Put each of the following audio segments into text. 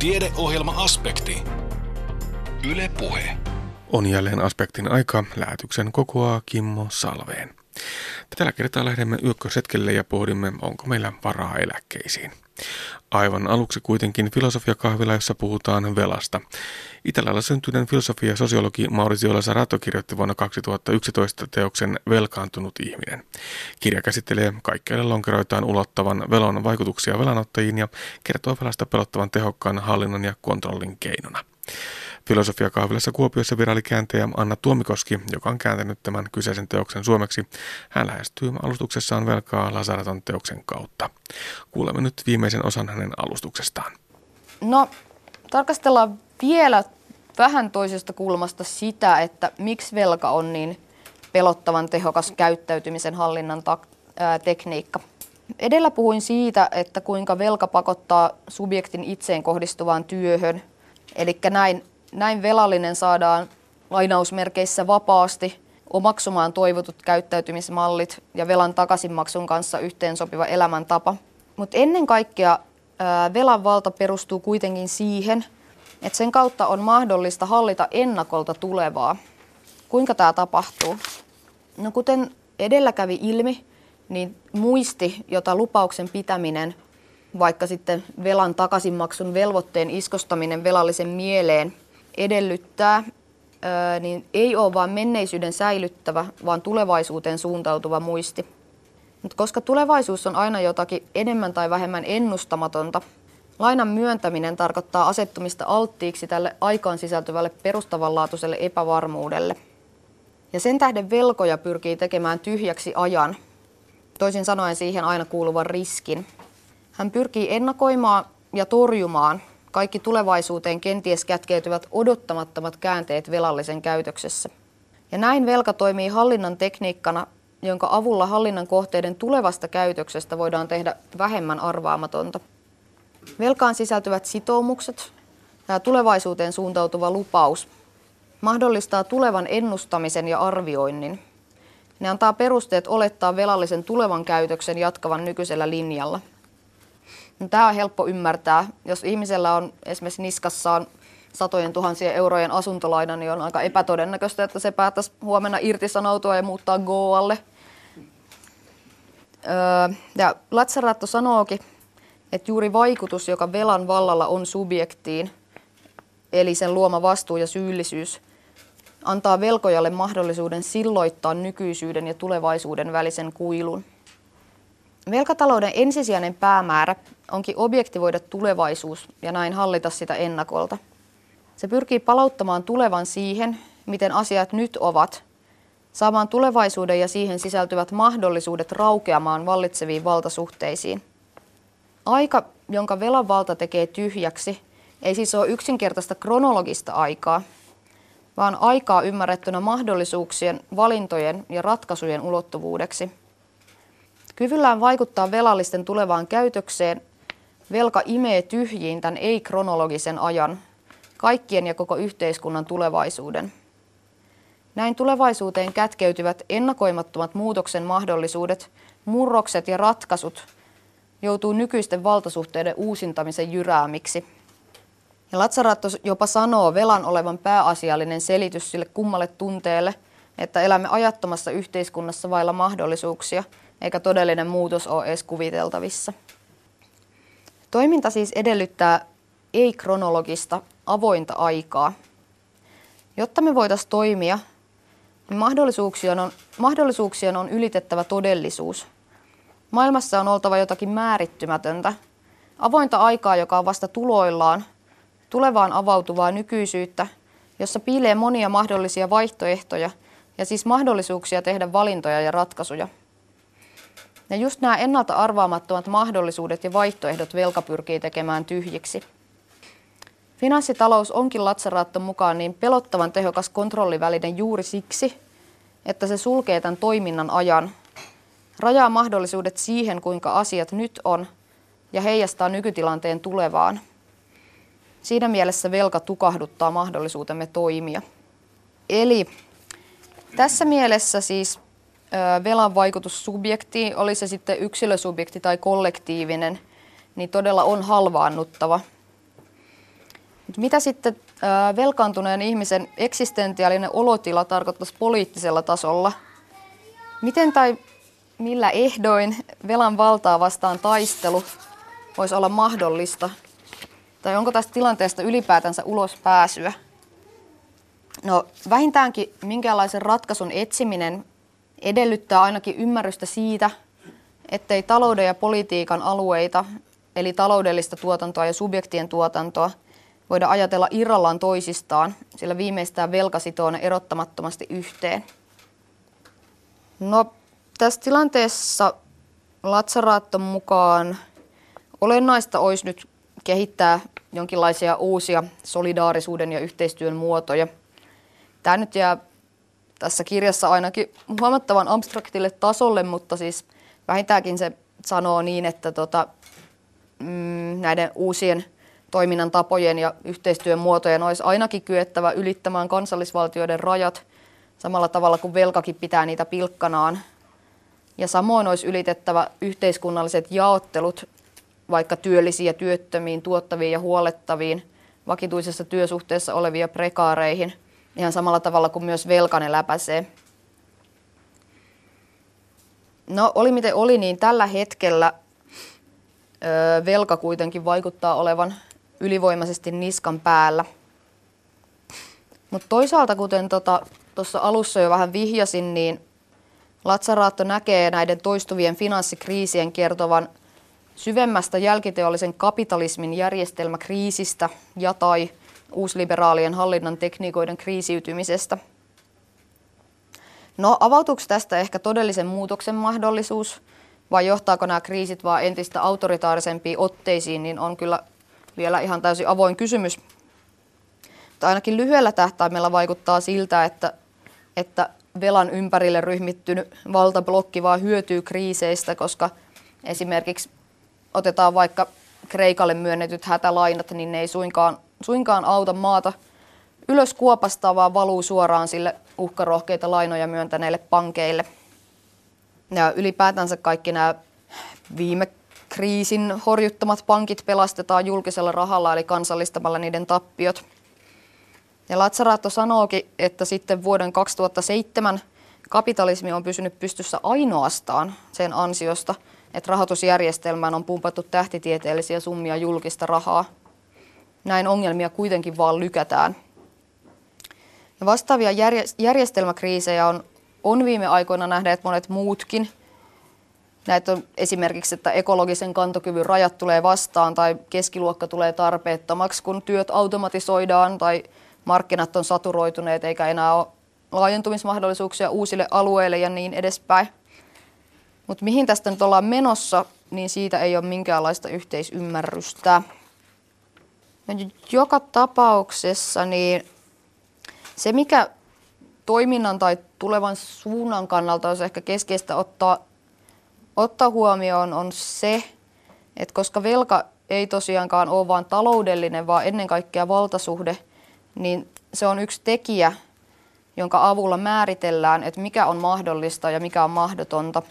Tiedeohjelma-aspekti. Yle Puhe. On jälleen aspektin aika. Lähetyksen kokoaa Kimmo Salveen. Tällä kertaa lähdemme yökkösetkelle ja pohdimme, onko meillä varaa eläkkeisiin. Aivan aluksi kuitenkin filosofiakahvila, jossa puhutaan velasta. Italialla syntyneen filosofia ja sosiologi Maurizio Lazzarato kirjoitti vuonna 2011 teoksen Velkaantunut ihminen. Kirja käsittelee kaikkialle lonkeroitaan ulottavan velon vaikutuksia velanottajiin ja kertoo velasta pelottavan tehokkaan hallinnon ja kontrollin keinona. Filosofiakahvilassa Kuopiossa vieraili kääntäjä Anna Tuomikoski, joka on kääntänyt tämän kyseisen teoksen suomeksi. Hän lähestyy alustuksessaan velkaa Lazzaraton teoksen kautta. Kuulemme nyt viimeisen osan hänen alustuksestaan. No, tarkastellaan vielä vähän toisesta kulmasta sitä, että miksi velka on niin pelottavan tehokas käyttäytymisen hallinnan tekniikka. Edellä puhuin siitä, että kuinka velka pakottaa subjektin itseen kohdistuvaan työhön. Eli näin velallinen saadaan lainausmerkeissä vapaasti omaksumaan toivotut käyttäytymismallit ja velan takaisinmaksun kanssa yhteensopiva elämäntapa. Mutta ennen kaikkea velan valta perustuu kuitenkin siihen, että sen kautta on mahdollista hallita ennakolta tulevaa. Kuinka tämä tapahtuu? No kuten edellä kävi ilmi, niin muisti, jota lupauksen pitäminen, vaikka sitten velan takaisinmaksun velvoitteen iskostaminen velallisen mieleen edellyttää, niin ei ole vain menneisyyden säilyttävä, vaan tulevaisuuteen suuntautuva muisti. Mutta koska tulevaisuus on aina jotakin enemmän tai vähemmän ennustamatonta, lainan myöntäminen tarkoittaa asettumista alttiiksi tälle aikaan sisältyvälle perustavanlaatuiselle epävarmuudelle. Ja sen tähden velkoja pyrkii tekemään tyhjäksi ajan, toisin sanoen siihen aina kuuluvan riskin. Hän pyrkii ennakoimaan ja torjumaan kaikki tulevaisuuteen kenties kätkeytyvät odottamattomat käänteet velallisen käytöksessä. Ja näin velka toimii hallinnan tekniikkana, jonka avulla hallinnan kohteiden tulevasta käytöksestä voidaan tehdä vähemmän arvaamatonta. Velkaan sisältyvät sitoumukset ja tulevaisuuteen suuntautuva lupaus mahdollistaa tulevan ennustamisen ja arvioinnin. Ne antaa perusteet olettaa velallisen tulevan käytöksen jatkavan nykyisellä linjalla. Tämä on helppo ymmärtää. Jos ihmisellä on esimerkiksi niskassaan satojen tuhansien eurojen asuntolaina, niin on aika epätodennäköistä, että se päättäisi huomenna irtisanoutua ja muuttaa Goalle. Ja Lazzarato sanookin, että juuri vaikutus, joka velan vallalla on subjektiin, eli sen luoma vastuu ja syyllisyys, antaa velkojalle mahdollisuuden silloittaa nykyisyyden ja tulevaisuuden välisen kuilun. Velkatalouden ensisijainen päämäärä onkin objektivoida tulevaisuus ja näin hallita sitä ennakolta. Se pyrkii palauttamaan tulevan siihen, miten asiat nyt ovat, saamaan tulevaisuuden ja siihen sisältyvät mahdollisuudet raukeamaan vallitseviin valtasuhteisiin. Aika, jonka velan valta tekee tyhjäksi, ei siis ole yksinkertaista kronologista aikaa, vaan aikaa ymmärrettynä mahdollisuuksien, valintojen ja ratkaisujen ulottuvuudeksi. Kyvyllään vaikuttaa velallisten tulevaan käytökseen, velka imee tyhjiin tämän ei-kronologisen ajan, kaikkien ja koko yhteiskunnan tulevaisuuden. Näin tulevaisuuteen kätkeytyvät ennakoimattomat muutoksen mahdollisuudet, murrokset ja ratkaisut joutuu nykyisten valtasuhteiden uusintamisen jyräämiksi. Ja Lazzarato jopa sanoo velan olevan pääasiallinen selitys sille kummalle tunteelle, että elämme ajattomassa yhteiskunnassa vailla mahdollisuuksia, eikä todellinen muutos ole edes kuviteltavissa. Toiminta siis edellyttää ei-kronologista, avointa aikaa. Jotta me voitaisiin toimia, niin mahdollisuuksien on ylitettävä todellisuus. Maailmassa on oltava jotakin määrittymätöntä, avointa aikaa, joka on vasta tuloillaan, tulevaan avautuvaa nykyisyyttä, jossa piilee monia mahdollisia vaihtoehtoja ja siis mahdollisuuksia tehdä valintoja ja ratkaisuja. Ja just nämä ennalta arvaamattomat mahdollisuudet ja vaihtoehdot velka pyrkii tekemään tyhjiksi. Finanssitalous onkin Lazzaraton mukaan niin pelottavan tehokas kontrolliväline juuri siksi, että se sulkee tämän toiminnan ajan, rajaa mahdollisuudet siihen, kuinka asiat nyt on, ja heijastaa nykytilanteen tulevaan. Siinä mielessä velka tukahduttaa mahdollisuutemme toimia. Eli tässä mielessä siis velan vaikutus subjektiin, oli se sitten yksilösubjekti tai kollektiivinen, niin todella on halvaannuttava. Mitä sitten velkaantuneen ihmisen eksistentiaalinen olotila tarkoittaisi poliittisella tasolla? Miten tai millä ehdoin velan valtaa vastaan taistelu voisi olla mahdollista? Tai onko tästä tilanteesta ylipäätänsä ulospääsyä? No vähintäänkin minkäänlaisen ratkaisun etsiminen edellyttää ainakin ymmärrystä siitä, ettei talouden ja politiikan alueita, eli taloudellista tuotantoa ja subjektien tuotantoa, voida ajatella irrallaan toisistaan, sillä viimeistään velka sitoo ne erottamattomasti yhteen. No, tässä tilanteessa Lazzaraton mukaan olennaista olisi nyt kehittää jonkinlaisia uusia solidaarisuuden ja yhteistyön muotoja. Tämä nyt jää tässä kirjassa ainakin huomattavan abstraktille tasolle, mutta siis vähintäänkin se sanoo niin, että näiden uusien toiminnan tapojen ja yhteistyön muotojen olisi ainakin kyettävä ylittämään kansallisvaltioiden rajat samalla tavalla kuin velkakin pitää niitä pilkkanaan. Ja samoin olisi ylitettävä yhteiskunnalliset jaottelut vaikka työllisiin ja työttömiin, tuottaviin ja huolettaviin, vakituisessa työsuhteessa oleviin ja prekaareihin, ihan samalla tavalla kuin myös velka ne läpäisee. No oli miten oli, niin tällä hetkellä velka kuitenkin vaikuttaa olevan ylivoimaisesti niskan päällä. Mutta toisaalta, kuten tuossa alussa jo vähän vihjasin, niin Lazzarato näkee näiden toistuvien finanssikriisien kertovan syvemmästä jälkiteollisen kapitalismin järjestelmäkriisistä ja tai uusliberaalien hallinnan tekniikoiden kriisiytymisestä. No avautuuko tästä ehkä todellisen muutoksen mahdollisuus vai johtaako nämä kriisit vaan entistä autoritaarisempiin otteisiin, niin on kyllä vielä ihan täysin avoin kysymys. Mutta ainakin lyhyellä tähtäimellä vaikuttaa siltä, että velan ympärille ryhmittynyt valtablokki vaan hyötyy kriiseistä, koska esimerkiksi otetaan vaikka Kreikalle myönnetyt hätälainat, niin ne ei suinkaan auta maata ylös kuopasta, vaan valuu suoraan sille uhkarohkeita lainoja myöntäneille pankeille. Ja ylipäätänsä kaikki nämä viime kriisin horjuttamat pankit pelastetaan julkisella rahalla, eli kansallistamalla niiden tappiot. Ja Lazzarato sanookin, että sitten vuoden 2007 kapitalismi on pysynyt pystyssä ainoastaan sen ansiosta, että rahoitusjärjestelmään on pumpattu tähtitieteellisiä summia julkista rahaa. Näin ongelmia kuitenkin vaan lykätään. Ja vastaavia järjestelmäkriisejä on viime aikoina nähneet monet muutkin. Näitä on esimerkiksi, että ekologisen kantokyvyn rajat tulee vastaan tai keskiluokka tulee tarpeettomaksi, kun työt automatisoidaan tai markkinat on saturoituneet eikä enää ole laajentumismahdollisuuksia uusille alueille ja niin edespäin. Mutta mihin tästä nyt ollaan menossa, niin siitä ei ole minkäänlaista yhteisymmärrystä. Ja joka tapauksessa niin se, mikä toiminnan tai tulevan suunnan kannalta olisi ehkä keskeistä ottaa huomioon, on se, että koska velka ei tosiaankaan ole vain taloudellinen, vaan ennen kaikkea valtasuhde, niin se on yksi tekijä, jonka avulla määritellään, että mikä on mahdollista ja mikä on mahdotonta.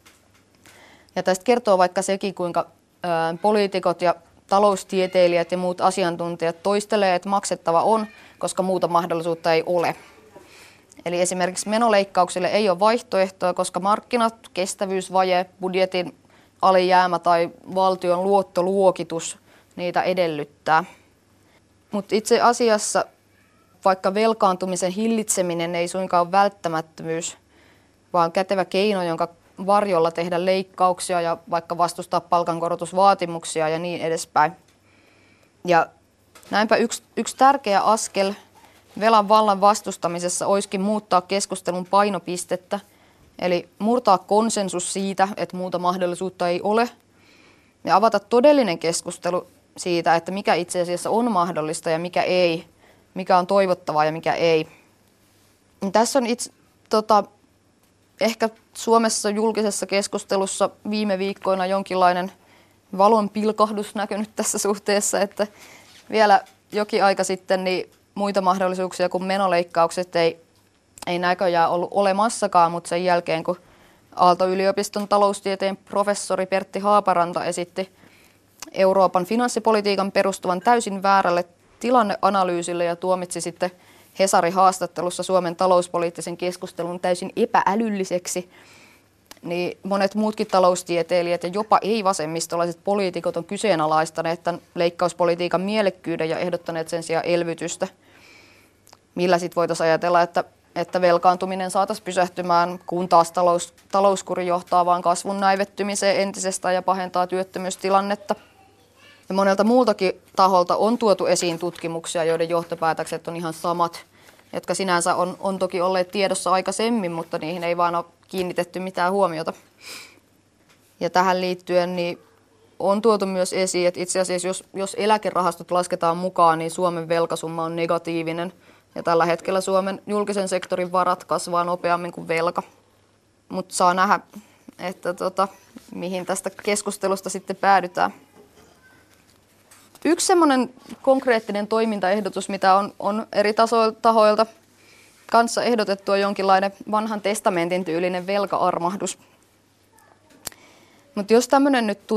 Ja tästä kertoo vaikka sekin, kuinka poliitikot ja taloustieteilijät ja muut asiantuntijat toistelee, että maksettava on, koska muuta mahdollisuutta ei ole. Eli esimerkiksi menoleikkauksille ei ole vaihtoehtoa, koska markkinat, kestävyysvaje, budjetin alijäämä tai valtion luottoluokitus niitä edellyttää. Mutta itse asiassa vaikka velkaantumisen hillitseminen ei suinkaan ole välttämättömyys, vaan kätevä keino, jonka varjolla tehdä leikkauksia ja vaikka vastustaa palkankorotusvaatimuksia ja niin edespäin. Ja näinpä yksi tärkeä askel velan vallan vastustamisessa olisikin muuttaa keskustelun painopistettä, eli murtaa konsensus siitä, että muuta mahdollisuutta ei ole, ja avata todellinen keskustelu siitä, että mikä itse asiassa on mahdollista ja mikä ei, mikä on toivottavaa ja mikä ei. Tässä on ehkä Suomessa julkisessa keskustelussa viime viikkoina jonkinlainen valon pilkahdus näkynyt tässä suhteessa, että vielä jokin aika sitten niin muita mahdollisuuksia kuin menoleikkaukset ei näköjään ollut olemassakaan, mutta sen jälkeen kun Aalto-yliopiston taloustieteen professori Pertti Haaparanta esitti Euroopan finanssipolitiikan perustuvan täysin väärälle tilanneanalyysille ja tuomitsi sitten Hesarin haastattelussa Suomen talouspoliittisen keskustelun täysin epäälylliseksi, niin monet muutkin taloustieteilijät ja jopa ei-vasemmistolaiset poliitikot on kyseenalaistaneet tämän leikkauspolitiikan mielekkyyden ja ehdottaneet sen sijaan elvytystä, millä sitten voitaisiin ajatella, että velkaantuminen saataisiin pysähtymään, kun taas talouskuri johtaa vaan kasvun näivettymiseen entisestään ja pahentaa työttömyystilannetta. Ja monelta muultakin taholta on tuotu esiin tutkimuksia, joiden johtopäätökset on ihan samat, jotka sinänsä on toki olleet tiedossa aikaisemmin, mutta niihin ei vaan ole kiinnitetty mitään huomiota. Ja tähän liittyen niin on tuotu myös esiin, että itse asiassa jos eläkerahastot lasketaan mukaan, niin Suomen velkasumma on negatiivinen. Ja tällä hetkellä Suomen julkisen sektorin varat kasvaa nopeammin kuin velka. Mutta saa nähdä, että mihin tästä keskustelusta sitten päädytään. Yksi semmoinen konkreettinen toimintaehdotus, mitä on eri tahoilta kanssa ehdotettu, on jonkinlainen vanhan testamentin tyylinen velka-armahdus. Mutta jos tämmöinen nyt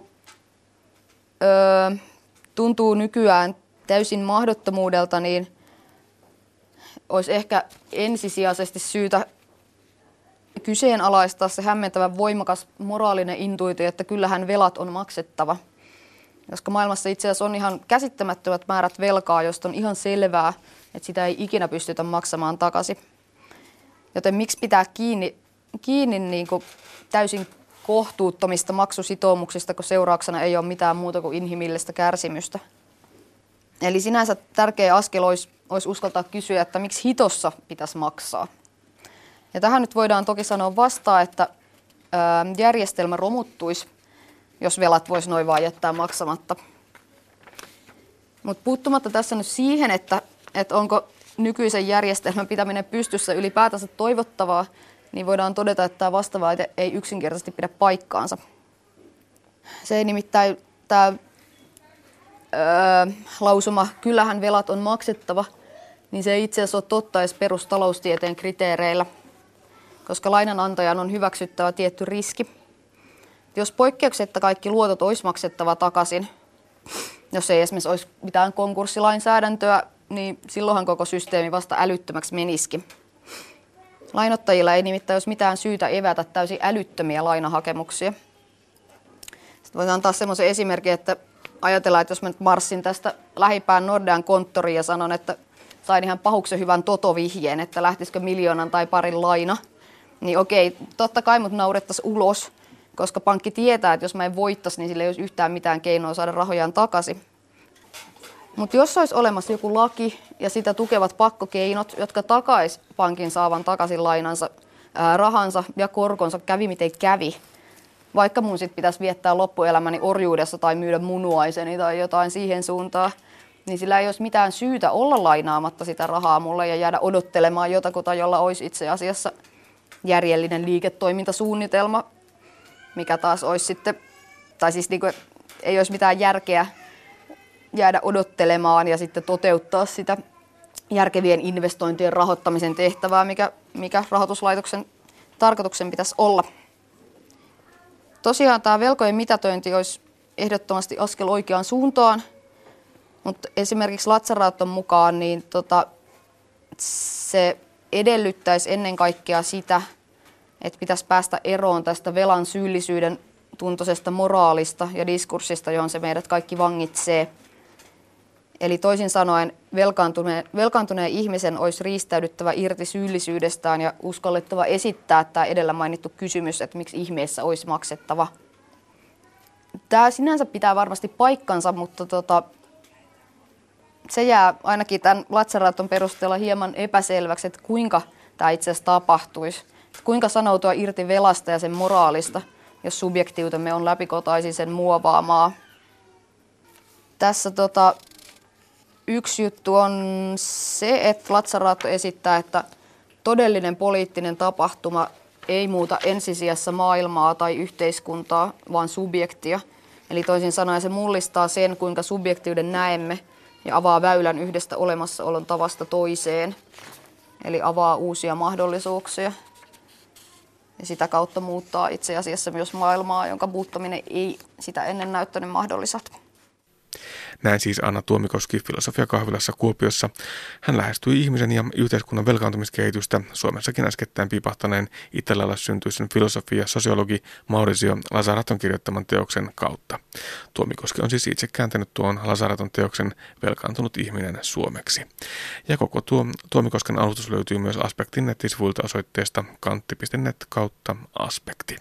tuntuu nykyään täysin mahdottomuudelta, niin olisi ehkä ensisijaisesti syytä kyseenalaistaa se hämmentävän voimakas moraalinen intuitio, että kyllähän velat on maksettava. Koska maailmassa itse asiassa on ihan käsittämättömät määrät velkaa, josta on ihan selvää, että sitä ei ikinä pystytä maksamaan takaisin. Joten miksi pitää kiinni niin kuin täysin kohtuuttomista maksusitoumuksista, kun seurauksena ei ole mitään muuta kuin inhimillistä kärsimystä. Eli sinänsä tärkeä askel olisi uskaltaa kysyä, että miksi hitossa pitäisi maksaa. Ja tähän nyt voidaan toki sanoa vastaan, että järjestelmä romuttuisi, jos velat voisi noin vaan jättää maksamatta. Mutta puuttumatta tässä nyt siihen, että onko nykyisen järjestelmän pitäminen pystyssä ylipäätänsä toivottavaa, niin voidaan todeta, että tämä vastaväite ei yksinkertaisesti pidä paikkaansa. Se ei nimittäin tämä lausuma, kyllähän velat on maksettava, niin se ei itse asiassa ole totta edes perustaloustieteen kriteereillä, koska lainanantajan on hyväksyttävä tietty riski. Jos poikkeuksetta kaikki luotot olisi maksettava takaisin, jos ei esimerkiksi olisi mitään konkurssilainsäädäntöä, niin silloinhan koko systeemi vasta älyttömäksi menisikin. Lainottajilla ei nimittäin olisi mitään syytä evätä täysin älyttömiä lainahakemuksia. Sitten voin antaa semmoisen esimerkin, että ajatellaan, että jos mä nyt marssin tästä lähipään Nordean konttoriin ja sanon, että sain ihan pahuksen hyvän totovihjeen, että lähtisikö 1 miljoonan tai parin laina, niin okei, totta kai mut naurettaisiin ulos, koska pankki tietää, että jos mä en voittaisi, niin sillä ei olisi yhtään mitään keinoa saada rahojaan takaisin. Mutta jos olisi olemassa joku laki ja sitä tukevat pakkokeinot, jotka takaisi pankin saavan takaisin lainansa, rahansa ja korkonsa kävi miten kävi, vaikka mun sitten pitäisi viettää loppuelämäni orjuudessa tai myydä munuaiseni tai jotain siihen suuntaan, niin sillä ei olisi mitään syytä olla lainaamatta sitä rahaa mulle ja jäädä odottelemaan jotakuta, jolla olisi itse asiassa järjellinen liiketoimintasuunnitelma, mikä taas olisi sitten, tai siis niinku, ei olisi mitään järkeä jäädä odottelemaan ja sitten toteuttaa sitä järkevien investointien rahoittamisen tehtävää, mikä rahoituslaitoksen tarkoituksen pitäisi olla. Tosiaan tämä velkojen mitätöinti olisi ehdottomasti askel oikeaan suuntaan, mutta esimerkiksi Lazzaraton mukaan niin se edellyttäisi ennen kaikkea sitä, että pitäisi päästä eroon tästä velan syyllisyyden tuntoisesta moraalista ja diskurssista, johon se meidät kaikki vangitsee. Eli toisin sanoen velkaantuneen ihmisen olisi riistäydyttävä irti syyllisyydestään ja uskallettava esittää tämä edellä mainittu kysymys, että miksi ihmeessä olisi maksettava. Tämä sinänsä pitää varmasti paikkansa, mutta se jää ainakin tämän Lazzaraton perusteella hieman epäselväksi, että kuinka tämä itse asiassa tapahtuisi. Kuinka sanoutua irti velasta ja sen moraalista, jos subjektiutemme on läpikotaisin sen muovaamaa. Tässä yksi juttu on se, että Lazzarato esittää, että todellinen poliittinen tapahtuma ei muuta ensisijassa maailmaa tai yhteiskuntaa, vaan subjektia. Eli toisin sanoen se mullistaa sen, kuinka subjektiuden näemme ja avaa väylän yhdestä olemassaolon tavasta toiseen. Eli avaa uusia mahdollisuuksia ja sitä kautta muuttaa itse asiassa myös maailmaa, jonka muuttaminen ei sitä ennen näyttänyt mahdolliselta. Näin siis Anna Tuomikoski filosofiakahvilassa Kuopiossa. Hän lähestyi ihmisen ja yhteiskunnan velkaantumiskehitystä Suomessakin äskettäin piipahtaneen Italialle syntyisen filosofi ja sosiologi Maurizio Lazaraton kirjoittaman teoksen kautta. Tuomikoski on siis itse kääntänyt tuon Lazaraton teoksen Velkaantunut ihminen suomeksi. Ja koko tuo Tuomikosken alustus löytyy myös Aspektin nettisivuilta osoitteesta kantti.net/aspekti.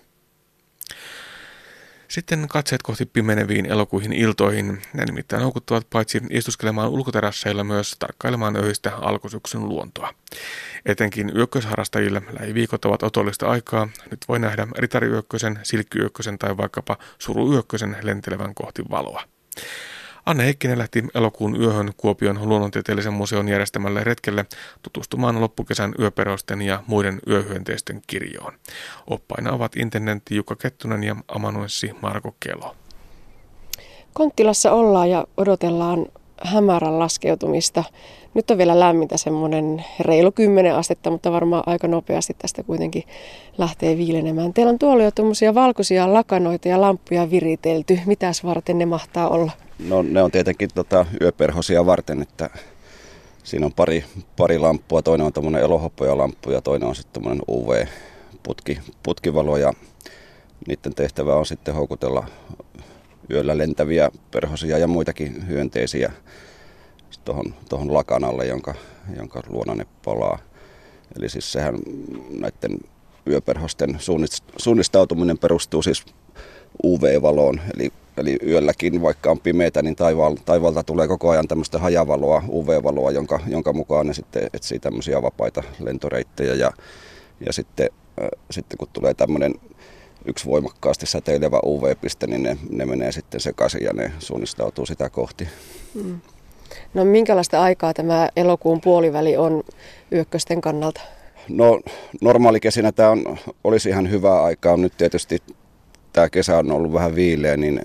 Sitten katseet kohti pimeneviin elokuihin iltoihin. Ne nimittäin houkuttavat paitsi istuskelemaan ulkoterasseilla myös tarkkailemaan öistä alkusyksyn luontoa. Etenkin yökkösharrastajille lähiviikot ovat otollista aikaa. Nyt voi nähdä ritariyökkösen, silkkiyökkösen tai vaikkapa suruyökkösen lentelevän kohti valoa. Anne Heikkinen lähti elokuun yöhön Kuopion luonnontieteellisen museon järjestämälle retkelle tutustumaan loppukesän yöperhosten ja muiden yöhyönteisten kirjoon. Oppaina ovat intendentti Jukka Kettunen ja amanuenssi Marko Kelo. Konttilassa ollaan ja odotellaan hämärän laskeutumista. Nyt on vielä lämmintä, semmoinen reilu 10 astetta, mutta varmaan aika nopeasti tästä kuitenkin lähtee viilenemään. Teillä on tuolla jo tuommoisia valkoisia lakanoita ja lamppuja viritelty. Mitäs varten ne mahtaa olla? No ne on tietenkin yöperhosia varten, että siinä on pari lamppua. Toinen on tämmöinen elohopojalamppu ja toinen on sitten tämmöinen UV-putkivalo ja niiden tehtävä on sitten houkutella yöllä lentäviä perhosia ja muitakin hyönteisiä tuohon lakanalle, jonka luona ne palaa. Eli siis sehän näiden yöperhosten suunnistautuminen perustuu siis UV-valoon, eli yölläkin, vaikka on pimeätä, niin taivaalta tulee koko ajan tämmöistä hajavaloa, UV-valoa, jonka mukaan ne sitten etsii tämmöisiä vapaita lentoreittejä. Ja sitten kun tulee tämmöinen yksi voimakkaasti säteilevä UV-piste, niin ne menee sitten sekaisin ja ne suunnistautuu sitä kohti. No minkälaista aikaa tämä elokuun puoliväli on yökkösten kannalta? No normaalikesinä tämä olisi ihan hyvää aikaa. Nyt tietysti tämä kesä on ollut vähän viileä, niin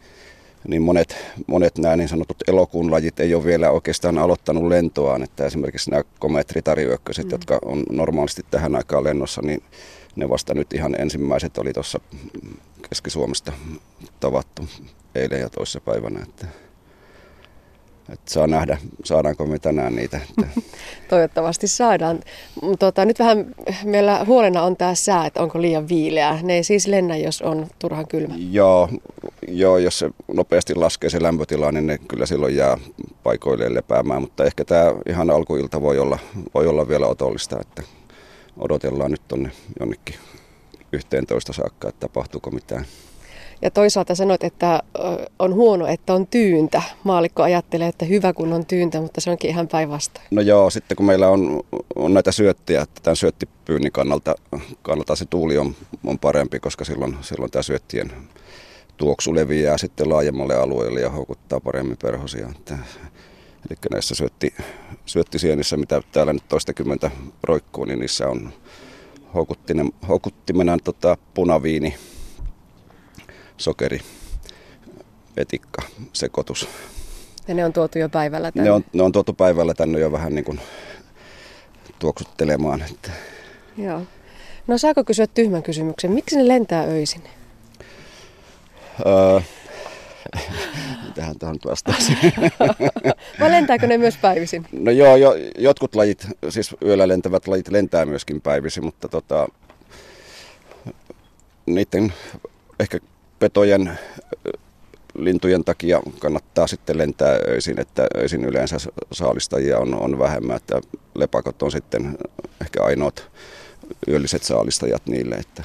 monet nämä niin sanotut elokuun lajit ei ole vielä oikeastaan aloittanut lentoaan. Että esimerkiksi nämä komeat ritariyökköset, jotka on normaalisti tähän aikaan lennossa, niin ne vasta nyt ihan ensimmäiset oli tuossa Keski-Suomesta tavattu eilen ja toissapäivänä. Että saa nähdä, saadaanko me tänään niitä. Toivottavasti saadaan. Nyt vähän meillä huolena on tämä sää, että onko liian viileää. Ne ei siis lennä, jos on turhan kylmä. Joo, jos se nopeasti laskee se lämpötila, niin ne kyllä silloin jää paikoilleen lepäämään. Mutta ehkä tämä ihan alkuilta voi olla vielä otollista, että odotellaan nyt tuonne jonnekin 11 saakka, että tapahtuuko mitään. Ja toisaalta sanoit, että on huono, että on tyyntä. Maallikko ajattelee, että hyvä kun on tyyntä, mutta se onkin ihan päinvastoin. No joo, sitten kun meillä on näitä syöttiä, että tämän syöttipyynnin kannalta se tuuli on parempi, koska silloin tämä syöttien tuoksu leviää sitten laajemmalle alueelle ja houkuttaa paremmin perhosia. Eli näissä syöttisienissä, mitä täällä nyt toistakymmentä roikkuu, niin niissä on houkuttimena punaviini, sokeri, etikka, sekoitus. Ja ne on tuotu jo päivällä tänne? Ne on tuotu päivällä tänne jo vähän niin kuin tuoksuttelemaan. Että. Joo. No saako kysyä tyhmän kysymyksen? Miksi ne lentää öisin? Mitähän tähän nyt vastaisin? Vai lentääkö ne myös päivisin? No joo, jotkut lajit, siis yöllä lentävät lajit lentää myöskin päivisin, mutta niiden ehkä petojen, lintujen takia kannattaa sitten lentää öisin, että öisin yleensä saalistajia on vähemmän, että lepakot on sitten ehkä ainoat yölliset saalistajat niille. Että.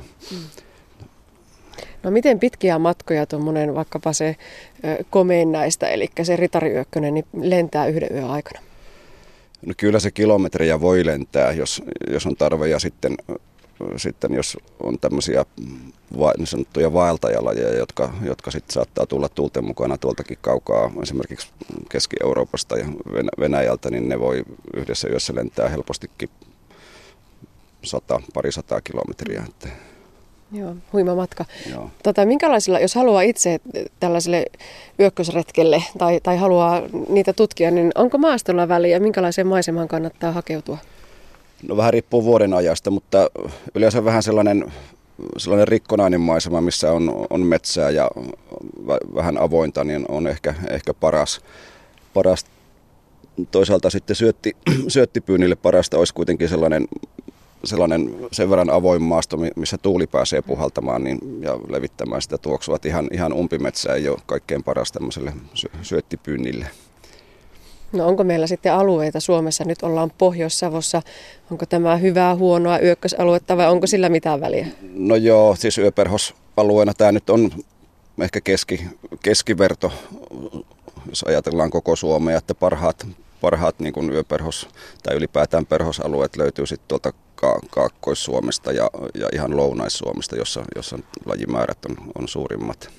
No miten pitkiä matkoja tuommoinen vaikkapa se komein näistä, eli se ritariyökkönen, niin lentää yhden yön aikana? No kyllä se kilometrejä voi lentää, jos on tarve ja sitten jos on tämmöisiä niin sanottuja vaeltajalajeja, jotka sitten saattaa tulla tuulten mukana tuoltakin kaukaa, esimerkiksi Keski-Euroopasta ja Venäjältä, niin ne voi yhdessä yössä lentää helpostikin parisataa kilometriä. Joo, huima matka. Joo. Minkälaisilla, jos haluaa itse tällaiselle yökkösretkelle tai haluaa niitä tutkia, niin onko maastolla väliä? Minkälaiseen maisemaan kannattaa hakeutua? No vähän riippuu vuoden ajasta, mutta yleensä vähän sellainen sellainen rikkonainen maisema, missä on metsää ja vähän avointa, niin on ehkä paras. Toisaalta sitten syöttipyynnille parasta olisi kuitenkin sellainen sen verran avoin maasto, missä tuuli pääsee puhaltamaan ja levittämään sitä tuoksua. Ihan umpimetsä ei ole kaikkein paras tämmöiselle syöttipyynnille. No onko meillä sitten alueita Suomessa, nyt ollaan Pohjois-Savossa, onko tämä hyvää, huonoa yökkösaluetta vai onko sillä mitään väliä? No joo, siis yöperhosalueena tämä nyt on ehkä keskiverto, jos ajatellaan koko Suomea, että parhaat niin kuin tai ylipäätään perhosalueet löytyy sitten tuolta Kaakkois-Suomesta ja ihan Lounais-Suomesta, jossa lajimäärät on suurimmat.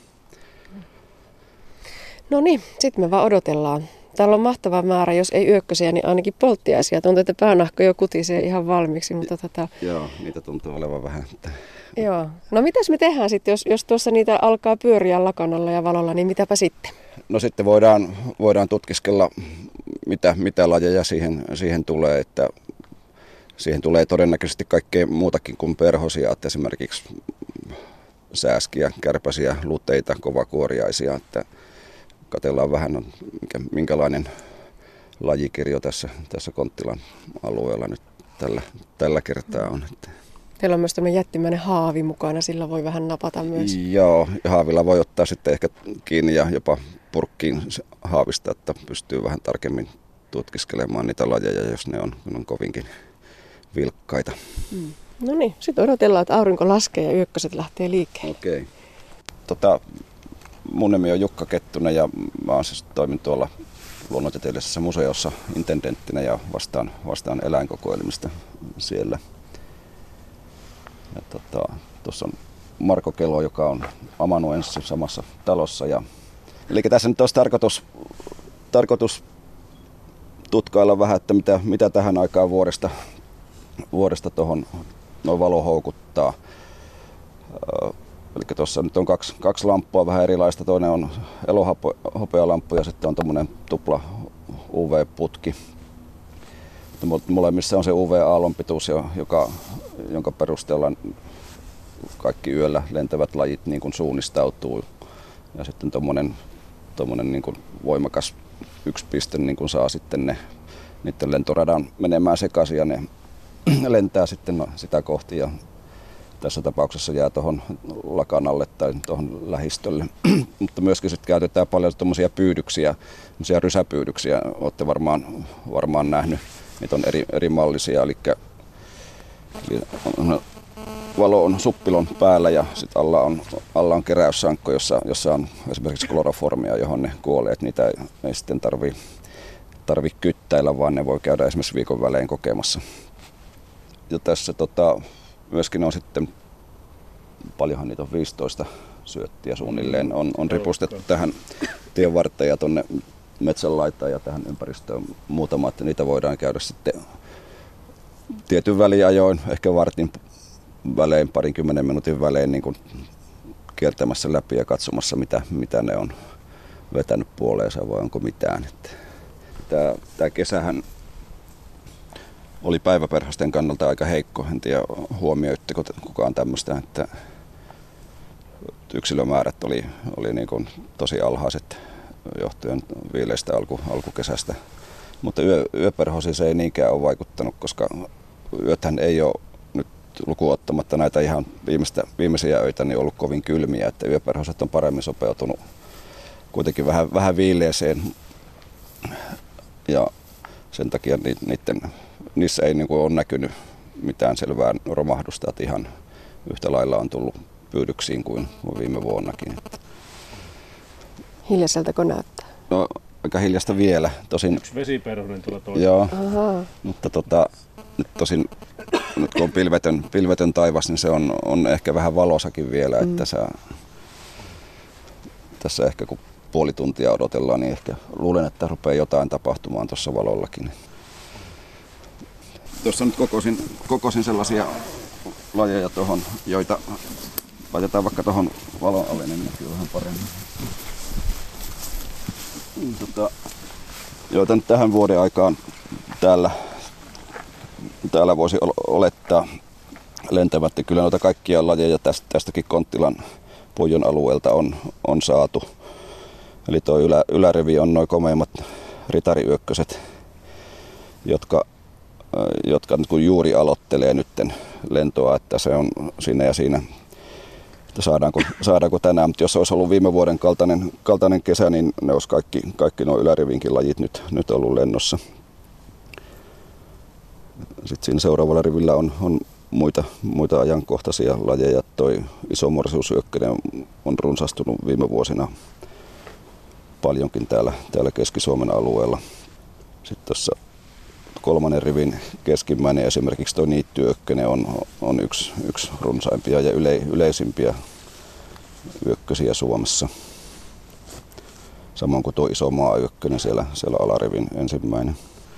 No niin, sitten me vaan odotellaan. Täällä on mahtava määrä, jos ei yökkösiä, niin ainakin polttiaisia. Tuntuu, että päänahko jo kutisee ihan valmiiksi. Mutta Joo, niitä tuntuu olevan vähän. Joo. No mitäs me tehdään sitten, jos tuossa niitä alkaa pyöriä lakanalla ja valolla, niin mitäpä sitten? No sitten voidaan tutkiskella, mitä lajeja siihen tulee, että siihen tulee todennäköisesti kaikkea muutakin kuin perhosia, että esimerkiksi sääskiä, kärpäsiä, luteita, kovakuoriaisia, että katsellaan vähän, minkälainen lajikirjo tässä Konttilan alueella nyt tällä kertaa on. Teillä on myös tämmöinen jättimäinen haavi mukana, sillä voi vähän napata myös. Joo, haavilla voi ottaa sitten ehkä kiinni ja jopa purkkiin haavista, että pystyy vähän tarkemmin tutkiskelemaan niitä lajeja, jos ne on kovinkin vilkkaita. No niin, sitten odotellaan, että aurinko laskee ja yökköset lähtee liikkeelle. Okei. Mun nimi on Jukka Kettunen ja mä toimin tuolla Luonnontieteellisessä museossa intendenttinä ja vastaan eläinkokoelmista siellä. Ja tuossa on Marko Kelo, joka on amanuenssi samassa talossa. Eli tässä nyt olisi tarkoitus tutkailla vähän, että mitä tähän aikaan vuodesta tuohon valo houkuttaa. Eli tuossa nyt on kaksi lamppua vähän erilaista. Toinen on elohopealamppu ja sitten on tuommoinen tupla UV-putki. Molemmissa on se UV-aallonpituus, jonka perusteella kaikki yöllä lentävät lajit niin kuin suunnistautuu. Ja sitten tuommoinen niin kuin voimakas yksi piste niin kuin saa sitten niiden lentoradan menemään sekaisin ja ne lentää sitten sitä kohti. Ja tässä tapauksessa jää tuohon lakanalle tai tuohon lähistölle. Mutta myöskin sitten käytetään paljon tuommoisia pyydyksiä, rysäpyydyksiä. Olette varmaan nähnyt. Niitä on eri mallisia, eli valo on suppilon päällä ja sitten alla on keräyssankko, jossa on esimerkiksi kloroformia, johon ne kuolee. Niitä ei sitten tarvi kyttäillä, vaan ne voi käydä esimerkiksi viikon välein kokemassa. Ja tässä myöskin on sitten, paljonhan niitä on 15 syöttiä suunnilleen, on ripustettu tähän tien varteen ja tuonne metsän laitaan ja tähän ympäristöön muutama, että niitä voidaan käydä sitten tietyn väliajoin, ehkä vartin välein, 20 minuutin välein niin kuin kiertämässä läpi ja katsomassa, mitä ne on vetänyt puoleensa vai onko mitään. Tämä kesähän oli päiväperhosten kannalta aika heikko. En tiedä, huomioitteko kukaan tämmöistä, että yksilömäärät oli niin kuin tosi alhaiset johtuen viileistä alkukesästä. Mutta yöperhosi se ei niinkään ole vaikuttanut, koska yöthän ei ole nyt lukuun ottamatta näitä ihan viimeisiä öitä niin ollut kovin kylmiä, että yöperhoset on paremmin sopeutunut kuitenkin vähän viileeseen ja sen takia niissä ei niin kuin ole näkynyt mitään selvää romahdusta, että ihan yhtä lailla on tullut pyydyksiin kuin viime vuonnakin. Hiljaiseltako näyttää? No, aika hiljasta vielä. Tosin, yksi vesiperhonen tuolla toisella. Joo, mutta nyt tosin nyt kun on pilvetön taivas, niin se on ehkä vähän valosakin vielä, että tässä ehkä kun puoli tuntia odotellaan, niin ehkä luulen, että rupeaa jotain tapahtumaan tuossa valollakin. Tuossa nyt kokosin sellaisia lajeja tuohon, joita laitetaan vaikka tuohon valon alle, niin näkyy vähän paremmin. Joita nyt tähän vuoden aikaan täällä voisi olettaa lentävät. Ja kyllä noita kaikkia lajeja tästäkin Konttilan puijon alueelta on saatu. Eli tuo ylärivi on noin komeimmat ritariyökköset, jotka kun juuri aloittelee nytten lentoa, että se on siinä ja siinä, että saadaanko tänään. Mutta jos olisi ollut viime vuoden kaltainen kesä, niin ne olisi kaikki nuo ylärivinkin lajit nyt ollut lennossa. Sitten siinä seuraavalla rivillä on muita ajankohtaisia lajeja. Toi isomorsiusyökkönen on runsastunut viime vuosina paljonkin täällä Keski-Suomen alueella. Sitten tuossa 3. rivin keskimmäinen esimerkiksi tuo niittyyökkönen on yksi runsaimpia ja yleisimpiä yökkösiä Suomessa. Samoin kuin tuo iso maayökkönen siellä alarivin ensimmäinen.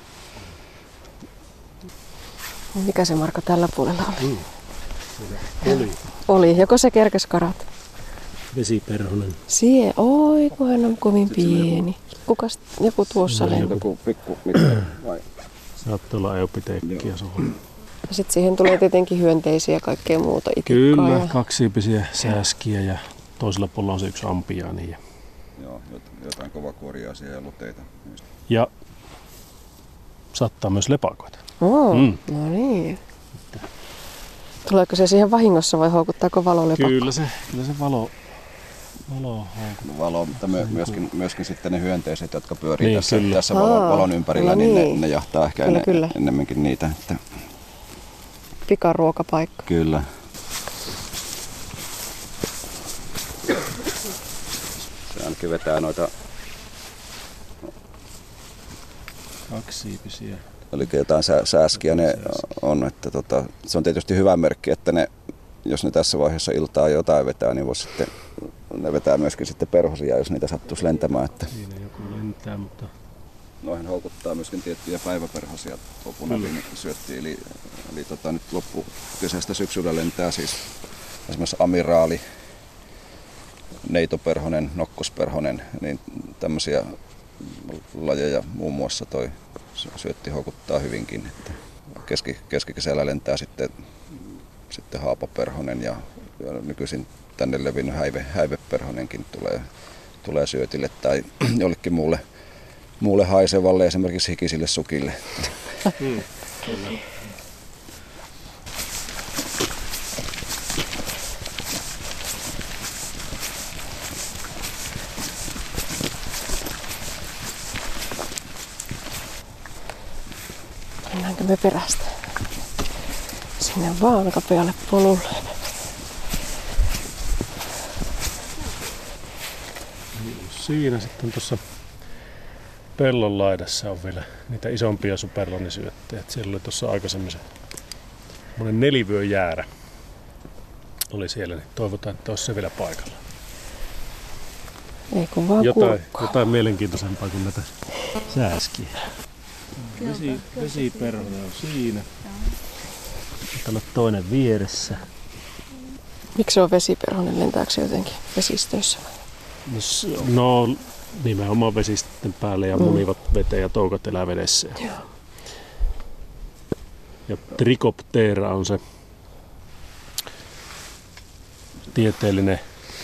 Mikä se Marko tällä puolella oli? Oli. Joko se kerkes karata? Vesiperhonen. Oi, kun hän on kovin pieni. Kukas joku tuossa lentää? Joku pikku vai? Saattaa olla eupiteekkiä sulla. Sitten siihen tulee tietenkin hyönteisiä ja kaikkea muuta. Kyllä, ja 2-siipisiä sääskiä ja toisella puolella on se yksi ampiaani. Joo, jotain kovakuoriaisia ja luteita. Ja saattaa myös lepakoita. No niin. Tuleeko se siihen vahingossa vai houkuttaako valo lepakkoa? Kyllä se valo houkuttaa. Valo, mutta myöskin sitten ne hyönteiset, jotka pyörii Niin, tässä valon ympärillä, niin ne jahtaa ehkä ennemminkin niitä. Että pikaruokapaikka. Kyllä. Se ainakin vetää noita 2-siipisiä. Eli jotain sääskiä ne on, että se on tietysti hyvä merkki, että jos ne tässä vaiheessa iltaa jotain vetää, niin ne vetää myöskin sitten perhosia, jos niitä sattuisi lentämään. Että Siinä joku lentää, mutta noihin houkuttaa myöskin tiettyjä päiväperhosia topunavin syöttiin. Eli nyt loppukesästä syksyllä lentää siis esimerkiksi amiraali, neitoperhonen, nokkosperhonen, niin tämmöisiä lajeja muun muassa toi syötti houkuttaa hyvinkin. Että keskikesällä lentää sitten haapaperhonen ja nykyisin tänne levinnyt häiveperhonenkin tulee syötille tai jollekin muulle haisevalle, esimerkiksi hikisille sukille. Mennäänkö me perästä? Sinne vaan kapealle polulle. siinä sitten tuossa pellon laidassa on vielä niitä isompia superlanisyöttejä. Siellä oli tuossa aikaisemmin semmoinen nelivyöjäärä oli siellä, niin toivotaan, että olisi se vielä paikalla. Ei kun vaan jotain mielenkiintoisempaa kuin näitä sääskiä. Vesiperhonen on siinä. Täällä on toinen vieressä. Miksi se on vesiperhonen? Lentääkö se jotenkin vesistöissä? No nimenomaan vesistöiden päälle ja munivat veteen ja toukat elää vedessä. Ja Trichoptera on se tieteellinen.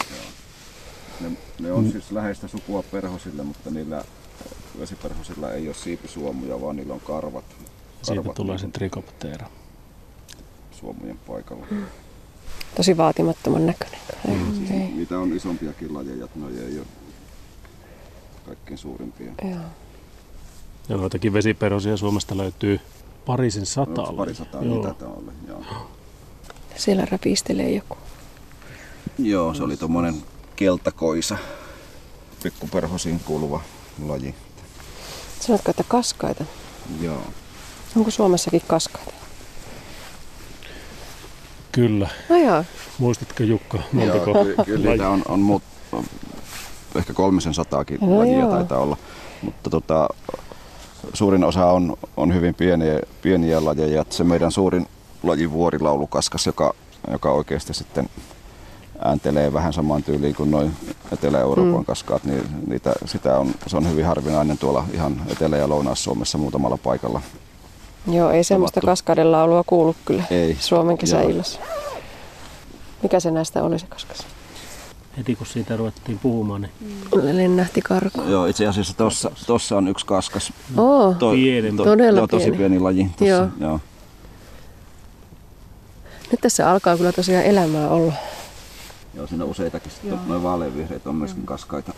Ne on siis läheistä sukua perhosille, mutta niillä vesiperhosilla ei ole siipisuomuja, vaan niillä on karvat. Siitä tulee se Trichoptera. Suomujen paikalla. Tosi vaatimattoman näköinen. Niitä on isompiakin lajeja, ne ei ole kaikkein suurimpia. Ja noitakin vesiperhosia Suomesta löytyy parisen sataa. Parisataa niitä olla, joo. Siellä räpistelee joku. Joo, se oli tommonen keltakoisa, pikkuperhosiin kuuluva laji. Sanotko, että kaskaita? Joo. Onko Suomessakin kaskaita? Kyllä. No joo. Muistatko Jukka, montako? Kyllä niitä on ehkä 300kin lajia taitaa olla. Mutta suurin osa on hyvin pieniä lajeja. Se meidän suurin laji vuorilaulukaskas, joka oikeasti sitten ääntelee vähän samaan tyyliin kuin noin Etelä-Euroopan kaskaat, niin se on hyvin harvinainen tuolla ihan Etelä- ja Lounais-Suomessa muutamalla paikalla. Joo, ei semmoista kaskadelaulua kuulu kyllä Ei. Suomen kesäillassa. Mikä se näistä oli se kaskas? Heti kun siitä ruvettiin puhumaan, niin Lennähti karkuun. Joo, itse asiassa tossa on yksi kaskas. pienempi. Todella tosi pieni. pieni laji. Tossa, Joo. joo. Nyt tässä alkaa kyllä tosiaan elämää olla. Joo, siinä on useitakin. Noin vaaleanvihreät on myöskin kaskaita.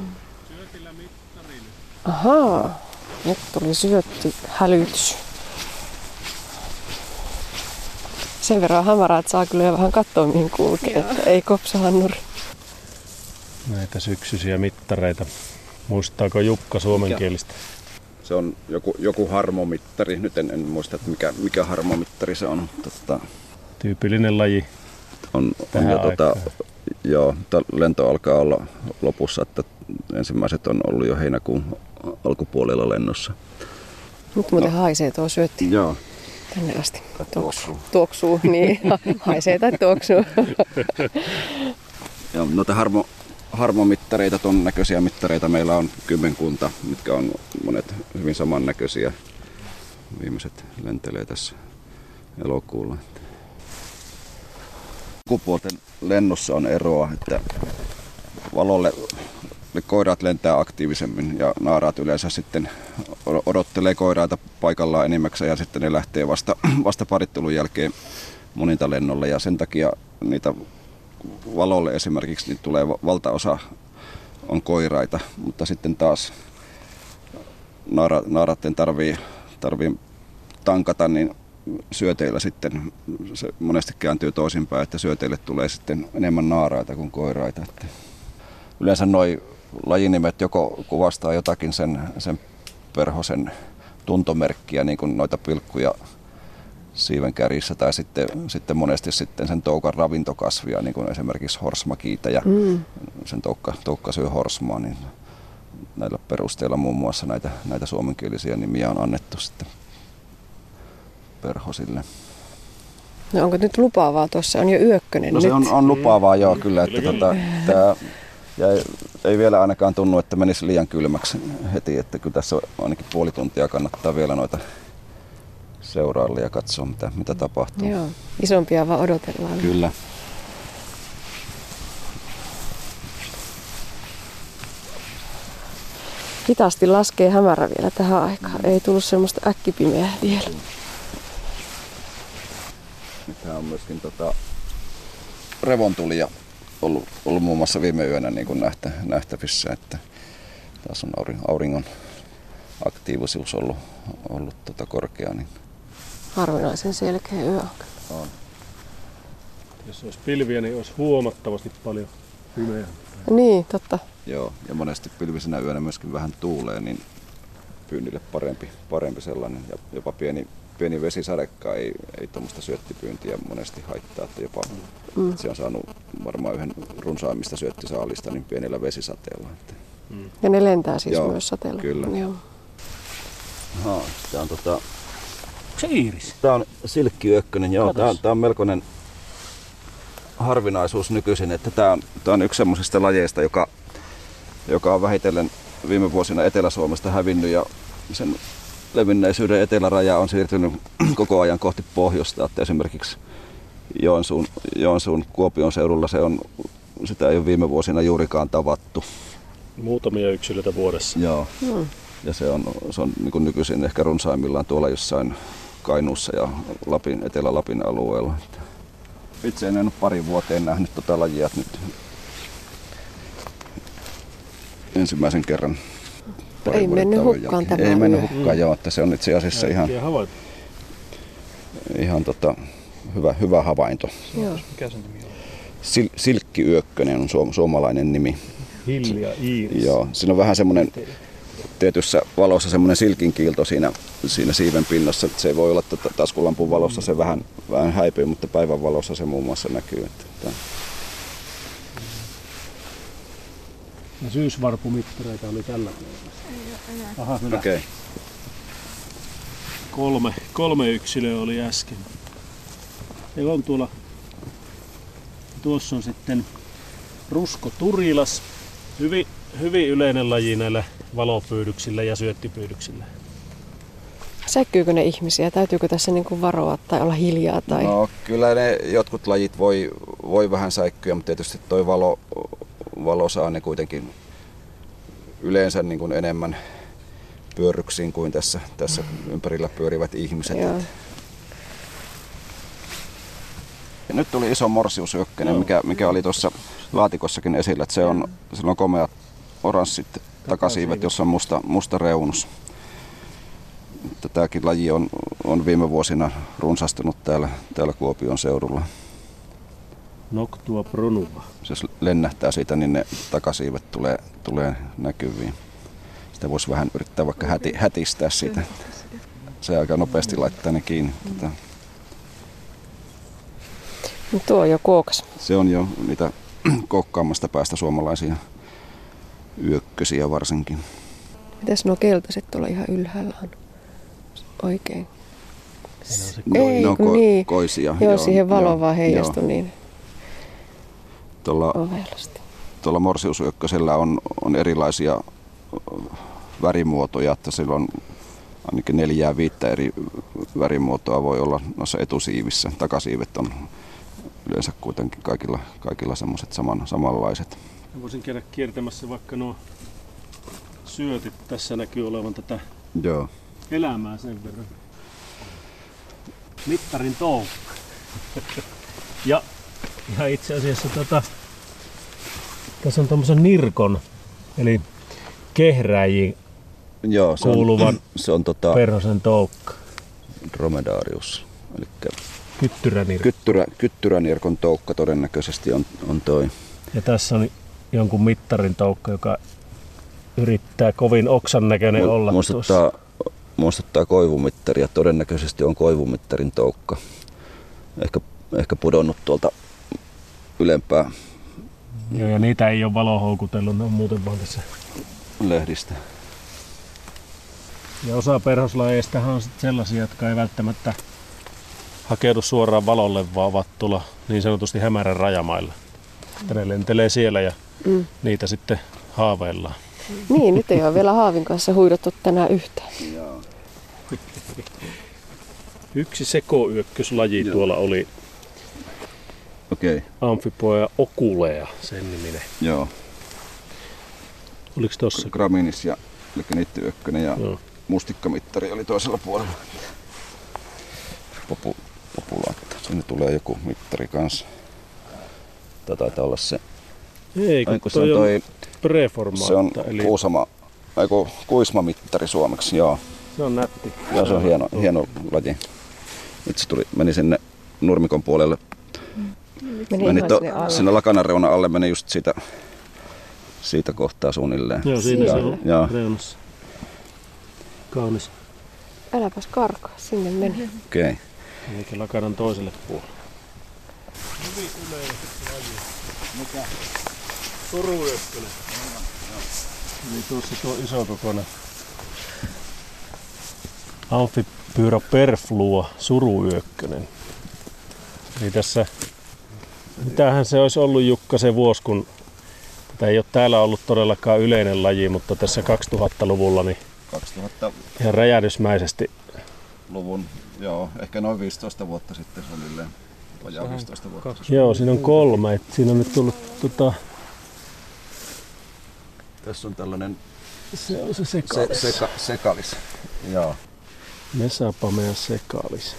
Ahaa, nyt tuli syöttihälytys. Sen verran hämärää, että saa kyllä jo vähän katsoa mihin kulkee, että ei kopsahannuri. Näitä syksyisiä mittareita. Muistaako Jukka suomenkielistä? Se on joku harmomittari. Nyt en muista, että mikä harmomittari se on. Tyypillinen laji. On jo lento alkaa olla lopussa, että ensimmäiset on ollut jo heinäkuun alkupuolella lennossa. Nyt muuten haisee tuo syötti Joo. tänne asti. Tuoksuu, niin haisee tai tuoksuu. Ja noita harmomittareita, ton näköisiä mittareita meillä on kymmenkunta, mitkä on monet hyvin samannäköisiä. Viimeiset lentelee tässä elokuulla. Sukupuolten lennossa on eroa, että valolle ne koiraat lentää aktiivisemmin ja naaraat yleensä sitten odottelee koiraita paikallaan enimmäkseen ja sitten ne lähtee vasta parittelun jälkeen monintalennolle ja sen takia niitä valolle esimerkiksi niin tulee valtaosa on koiraita, mutta sitten taas naaraiden tarvii tankata, niin syöteillä sitten se monesti kääntyy toisinpäin, että syöteille tulee sitten enemmän naaraita kuin koiraita. Että yleensä noi lajinimet joko kuvastaa jotakin sen perhosen tuntomerkkiä, niin kuin noita pilkkuja siiven kärissä, tai sitten monesti sitten sen toukan ravintokasvia, niin kuin esimerkiksi horsmakiita ja sen toukka syö horsmaa, niin näillä perusteilla muun muassa näitä suomenkielisiä nimiä on annettu sitten perhosille. No onko nyt lupaavaa? Tuossa on jo yökkönen no nyt. Se on lupaavaa joo kyllä, että tämä ei vielä ainakaan tunnu, että menisi liian kylmäksi heti, että kyllä tässä ainakin puoli tuntia kannattaa vielä noita seurailla ja katsoa mitä tapahtuu. Joo, isompia vaan odotellaan. Kyllä. Hitaasti laskee hämärä vielä tähän aikaan. Ei tullut semmoista äkkipimeää vielä. Nythän on myöskin revontulia ollut muun muassa viime yönä niin kuin nähtävissä, että taas on auringon aktiivisuus ollut korkea. Niin Harvinaisen selkeä yö on. Jos olisi pilviä, niin olisi huomattavasti paljon pimeää. Niin, totta. Joo, ja monesti pilvisenä yönä myöskin vähän tuulee, niin pyynnille parempi sellainen. Ja jopa pieni vesisadekaan ei tuommoista syöttipyyntiä monesti haittaa, että jopa se on saanut varmaan yhden runsaimmista syöttisaalista niin pienellä vesisateella. Ja ne lentää siis myös sateella. Kyllä. Joo. Aha, tämä on Se iiris. Tämä on silkkiyökkönen, joo. Tämä on melkoinen harvinaisuus nykyisin, että tämä on yksi semmoisista lajeista, joka on vähitellen viime vuosina Etelä-Suomesta hävinnyt ja sen levinneisyyden eteläraja on siirtynyt koko ajan kohti pohjoista, että esimerkiksi Joensuun Kuopion seudulla sitä ei ole viime vuosina juurikaan tavattu. Muutamia yksilöitä vuodessa. Joo. Ja se on niin kuin nykyisin ehkä runsaimmillaan tuolla jossain Kainuussa ja Etelä-Lapin alueella. Itse en ole pari vuoteen nähnyt tota lajia nyt ensimmäisen kerran. Ei mennyt hukkaan tämä. Ei mennyt hukkaan, joo, että se on itse asiassa ihan hyvä havainto. Joo. Mikä sen nimi on? Silkkiyökkönen on suomalainen nimi. Hilja iiris. Joo, siinä on vähän semmoinen tietyssä valossa semmoinen silkinkiilto siinä siiven pinnassa. Se ei voi olla, että taskulampun valossa se vähän häipyy, mutta päivän valossa se muun muassa näkyy. Ja syysvarpumittareita oli tällä puolella. Aha, okay. Kolme yksilöä oli äsken. Ja on tuossa on sitten ruskoturilas. Hyvin yleinen laji näillä valopyydyksillä ja syöttipyydyksillä. Säikkyykö ne ihmisiä? Täytyykö tässä niin kuin varoa tai olla hiljaa? Tai... No kyllä ne jotkut lajit voi vähän säikkyä, mutta tietysti toi valo saa ne kuitenkin yleensä niin kuin enemmän pyörryksiin kuin tässä ympärillä pyörivät ihmiset. Ja nyt tuli iso morsiusyökkäinen, mikä oli tuossa laatikossakin esillä. Että sillä on komeat oranssit takasiivet, jossa on musta reunus. Tämäkin laji on viime vuosina runsastunut täällä Kuopion seudulla. Noctua pronuba. Jos lennähtää siitä, niin ne takasiivet tulee näkyviin. Sitä voisi vähän yrittää vaikka hätistää sitä. Se aika nopeasti laittaa ne kiinni. No tuo on jo kookas. Se on jo niitä kookkaammasta päästä suomalaisia yökkösiä varsinkin. Mitäs nuo keltaiset tuolla ihan ylhäällä on? Oikein. Ne on niin. koisia. Joo, siihen valo vaan heijastui niin ovelasti. Tuolla morsiusyökkösellä on erilaisia värimuotoja, että sillä on ainakin 4-5 eri värimuotoa voi olla noissa etusiivissä. Takasiivet on yleensä kuitenkin kaikilla semmoiset samanlaiset. Mä voisin käydä kiertämässä vaikka nuo syötit. Tässä näkyy olevan tätä elämää sen verran. Mittarin toukka. ja itse asiassa tässä on tommosen nirkon, eli kehrääjiin kuuluvan se on perhosen toukka. Dromedarius, eli kyttyränirkon toukka todennäköisesti on toi. Ja tässä on jonkun mittarin toukka, joka yrittää kovin oksan näköinen olla tuossa. Muistuttaa koivumittaria. Todennäköisesti on koivumittarin toukka. Ehkä pudonnut tuolta ylempää. Joo, ja niitä ei ole valo houkutellut, ne on muuten vaan tässä lehdistä. Ja osa perhoslajeistahan on sitten sellaisia, jotka ei välttämättä hakeudu suoraan valolle, vaan ovat tuolla niin sanotusti hämärän rajamailla. Ne lentelee siellä ja niitä sitten haaveillaan. Niin, nyt ei ole vielä haavin kanssa huidottu tänään yhtään. Yksi sekoyökköslaji tuolla oli Amphipoea oculea, sen niminen. Joo. Oliko tossa? Graminis ja niittyyökkönen ja mustikkamittari oli toisella puolella. Populaatto. Sinne tulee joku mittari kanssa. Taitaa olla se. Ei, kun se on preformaatta. Se on eli kuismamittari suomeksi, joo. Se on nätti. Joo, se on hieno laji. Nyt se meni sinne nurmikon puolelle. Meni sinne lakanan reunan alle, meni just siitä kohtaa suunnilleen. Joo, siinä se on reunassa. Kaunis. Äläpäs karkaa, sinne meni. Okei. Eikä lakanan toiselle puolelle. Hyvin yleisesti laji. Mikä? Suruyökkönen. Eli tuossa tuo iso kokoinen Amphipyra perflua suruyökkönen. Eli tässä, mitähän se olisi ollut Jukka se vuosi, kun tätä ei ole täällä ollut todellakaan yleinen laji, mutta tässä 2000-luvulla niin 2000 ihan räjähdysmäisesti. Luvun, joo, ehkä noin 15 vuotta sitten suunnilleen. Vajaa 15 vuotta. Joo, siinä on 3. Siinä on nyt tullut tässä on tällainen se on se sekalis. Sekalis. Joo. Mesapamea sekalis.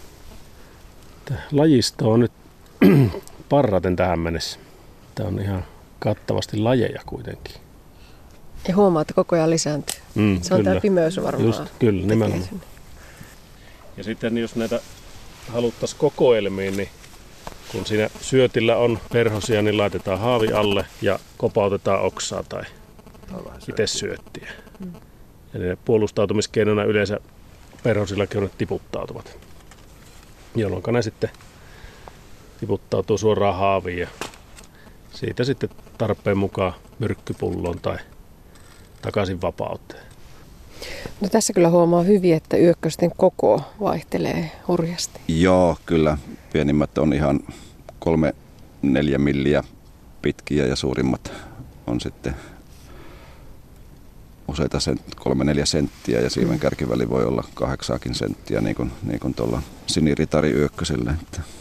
Lajisto on nyt parraten tähän mennessä. Tämä on ihan kattavasti lajeja kuitenkin. Ja huomaa, että koko ajan lisääntyy. Se on tämä pimeys varmaan. Just, kyllä, nimenomaan. Ja sitten jos näitä haluttaisiin kokoelmiin, niin kun siinä syötillä on perhosia, niin laitetaan haavi alle ja kopautetaan oksaa tai itse syöttiä. Ja ne puolustautumiskeinona yleensä perhosillakin on tiputtautuvat. Jolloin ne sitten tiputtautuu suoraan haaviin ja siitä sitten tarpeen mukaan myrkkypulloon tai takaisin vapauteen. No tässä kyllä huomaa hyvin, että yökkösten koko vaihtelee hurjasti. Joo, kyllä. Pienimmät on ihan 3-4 milliä pitkiä ja suurimmat on sitten useita 3-4 senttiä ja siiven kärkiväli voi olla 8 senttiä, niin kuin tuolla Siniritari Yökkösellä.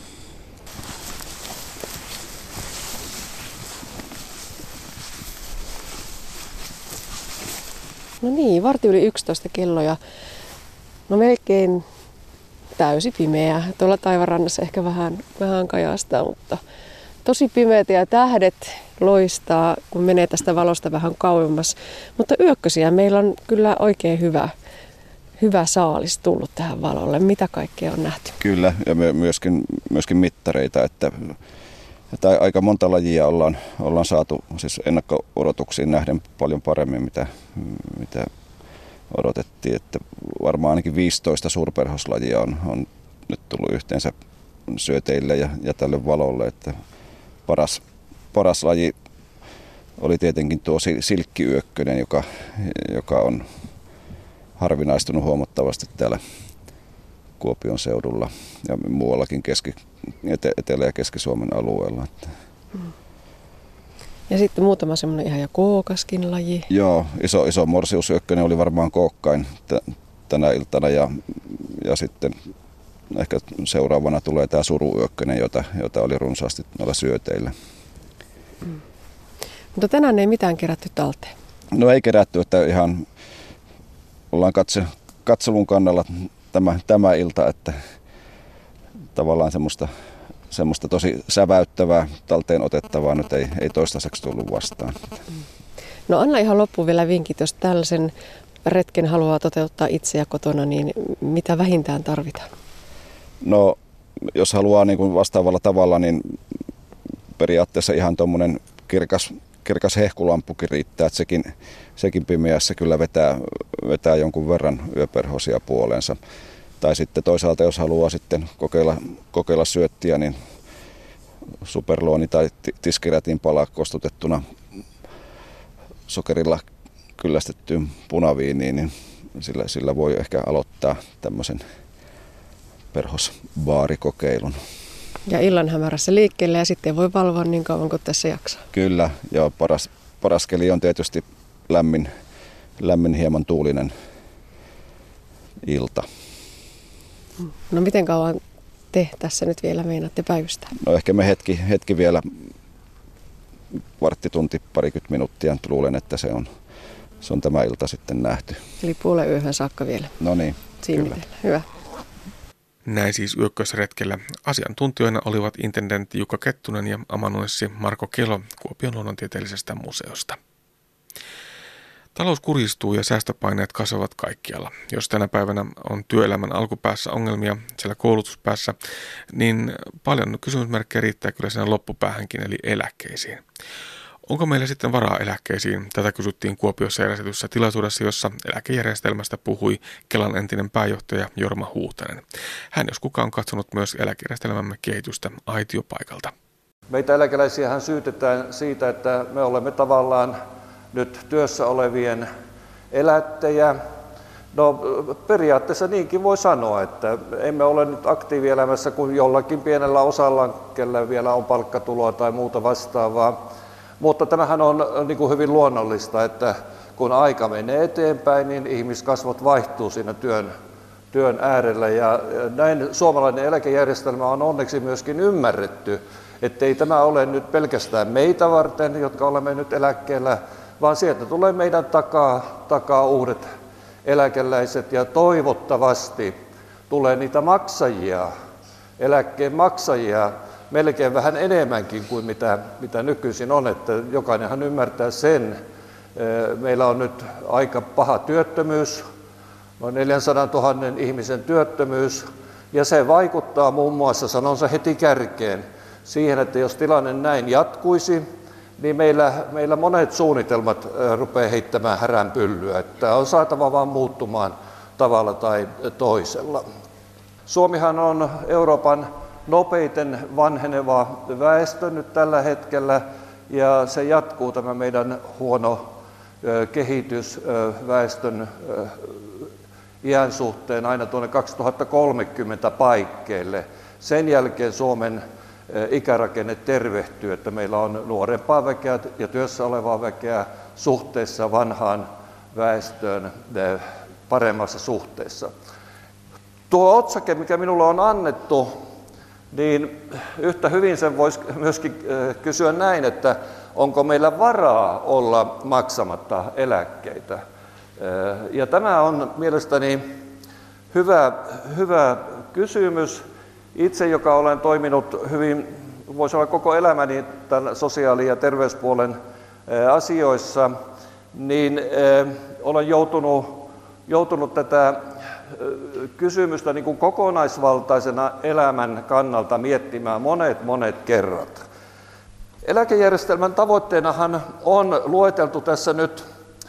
No niin, 11:15 kello ja no melkein täysi pimeä. Tuolla taivarannassa ehkä vähän kajastaa, mutta tosi pimeät ja tähdet loistaa, kun menee tästä valosta vähän kauemmas. Mutta yökkösiä meillä on kyllä oikein hyvä saalis tullut tähän valolle. Mitä kaikkea on nähty? Kyllä, ja myöskin mittareita, että aika monta lajia ollaan saatu siis ennakko-odotuksiin nähden paljon paremmin, mitä odotettiin. Että varmaan ainakin 15 suurperhoslajia on nyt tullut yhteensä syöteille ja tälle valolle. Että paras laji oli tietenkin tuo silkkiyökkönen, joka on harvinaistunut huomattavasti täällä Kuopion seudulla ja muuallakin Etelä- ja Keski-Suomen alueella. Ja sitten muutama semmoinen ihan jo kookaskin laji. Joo, iso morsiusyökkönen oli varmaan kookkain tänä iltana ja sitten ehkä seuraavana tulee tämä suruyökkönen, jota oli runsaasti noilla syöteillä. Mutta tänään ei mitään kerätty talteen. No ei kerätty, että ihan ollaan katselun kannalla tämä ilta, että tavallaan semmoista tosi säväyttävää talteen otettavaa nyt ei toistaiseksi tullut vastaan. No anna ihan loppuun vielä vinkit, jos tällaisen retken haluaa toteuttaa itse ja kotona, niin mitä vähintään tarvitaan? No jos haluaa niin kuin vastaavalla tavalla, niin periaatteessa ihan tuommoinen kirkas hehkulampukin riittää, että sekin pimeässä kyllä vetää jonkun verran yöperhosia puoleensa. Tai sitten toisaalta, jos haluaa sitten kokeilla syöttiä, niin superlooni tai tiskirätin pala kostutettuna sokerilla kyllästettyyn punaviiniin, niin sillä voi ehkä aloittaa tämmöisen perhosbaarikokeilun. Ja illan hämärässä liikkeelle ja sitten voi valvoa niin kauan kuin tässä jaksaa. Kyllä, ja paras keli on tietysti lämmin hieman tuulinen ilta. No miten kauan te tässä nyt vielä meinaatte päivystää? No ehkä me hetki vielä, varttitunti, parikymmentä minuuttia. Luulen, että se on tämä ilta sitten nähty. Eli puolen yöhön saakka vielä. No niin, kyllä. Hyvä. Näin siis yökkösretkellä asiantuntijoina olivat intendentti Jukka Kettunen ja amanuenssi Marko Kelo Kuopion luonnontieteellisestä museosta. Talous kuristuu ja säästöpaineet kasvavat kaikkialla. Jos tänä päivänä on työelämän alkupäässä ongelmia siellä koulutuspäässä, niin paljon kysymysmerkkejä riittää kyllä siinä loppupäähänkin eli eläkkeisiin. Onko meillä sitten varaa eläkkeisiin? Tätä kysyttiin Kuopiossa järjestetyssä tilaisuudessa, jossa eläkejärjestelmästä puhui Kelan entinen pääjohtaja Jorma Huuhtanen. Hän jos kuka on katsonut myös eläkejärjestelmämme kehitystä aitiopaikalta. Meitä eläkeläisiähän syytetään siitä, että me olemme tavallaan nyt työssä olevien elättejä. No periaatteessa niinkin voi sanoa, että emme ole nyt aktiivielämässä kuin jollakin pienellä osalla, kellä vielä on palkkatuloa tai muuta vastaavaa. Mutta tämähän on niin kuin hyvin luonnollista, että kun aika menee eteenpäin, niin ihmiskasvot vaihtuu siinä työn äärellä. Ja näin suomalainen eläkejärjestelmä on onneksi myöskin ymmärretty, ettei tämä ole nyt pelkästään meitä varten, jotka olemme nyt eläkkeellä, vaan sieltä tulee meidän takaa uudet eläkeläiset ja toivottavasti tulee niitä maksajia, eläkkeen maksajia, melkein vähän enemmänkin kuin mitä nykyisin on, että jokainenhan ymmärtää sen. Meillä on nyt aika paha työttömyys, noin 400 000 ihmisen työttömyys, ja se vaikuttaa muun muassa, sanonsa heti kärkeen, siihen, että jos tilanne näin jatkuisi, niin meillä monet suunnitelmat rupeaa heittämään häränpyllyä, että on saatava vaan muuttumaan tavalla tai toisella. Suomihan on Euroopan nopeiten vanheneva väestö nyt tällä hetkellä, ja se jatkuu tämä meidän huono kehitys väestön iän suhteen aina tuonne 2030 paikkeille. Sen jälkeen Suomen ikärakenne tervehtyy, että meillä on nuorempaa väkeä ja työssä olevaa väkeä suhteessa vanhaan väestöön paremmassa suhteessa. Tuo otsake, mikä minulle on annettu, niin yhtä hyvin sen voisi myöskin kysyä näin, että onko meillä varaa olla maksamatta eläkkeitä. Ja tämä on mielestäni hyvä kysymys. Itse, joka olen toiminut hyvin, voisi olla koko elämäni tämän sosiaali- ja terveyspuolen asioissa, niin olen joutunut tätä kysymystä niin kuin kokonaisvaltaisena elämän kannalta miettimään monet kerrat. Eläkejärjestelmän tavoitteenahan on lueteltu tässä nyt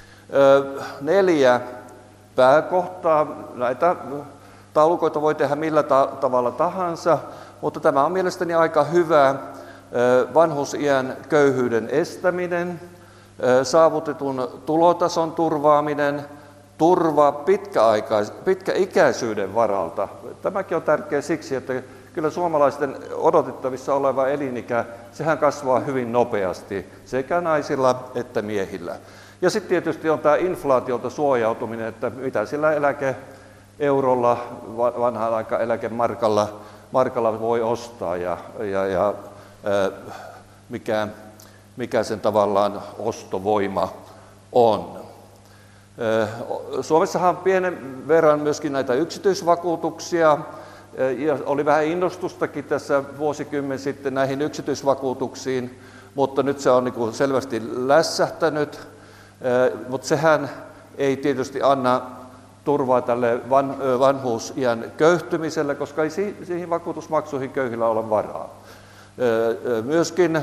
4 pääkohtaa. Näitä taulukoita voi tehdä millä tavalla tahansa, mutta tämä on mielestäni aika hyvä. Vanhusiän köyhyyden estäminen, saavutetun tulotason turvaaminen, turva pitkäikäisyyden varalta. Tämäkin on tärkeä siksi, että kyllä suomalaisten odotettavissa oleva elinikä, sehän kasvaa hyvin nopeasti sekä naisilla että miehillä. Ja sitten tietysti on tämä inflaatiolta suojautuminen, että mitä sillä eläke-eurolla, vanhaan aikaan eläkemarkalla voi ostaa ja mikä sen tavallaan ostovoima on. Suomessahan on pienen verran myöskin näitä yksityisvakuutuksia, ja oli vähän innostustakin tässä vuosikymmen sitten näihin yksityisvakuutuksiin, mutta nyt se on niin kuin selvästi lässähtänyt, mutta sehän ei tietysti anna turvaa tälle vanhuusiän köyhtymiselle, koska ei siihen vakuutusmaksuihin köyhillä ole varaa. Myöskin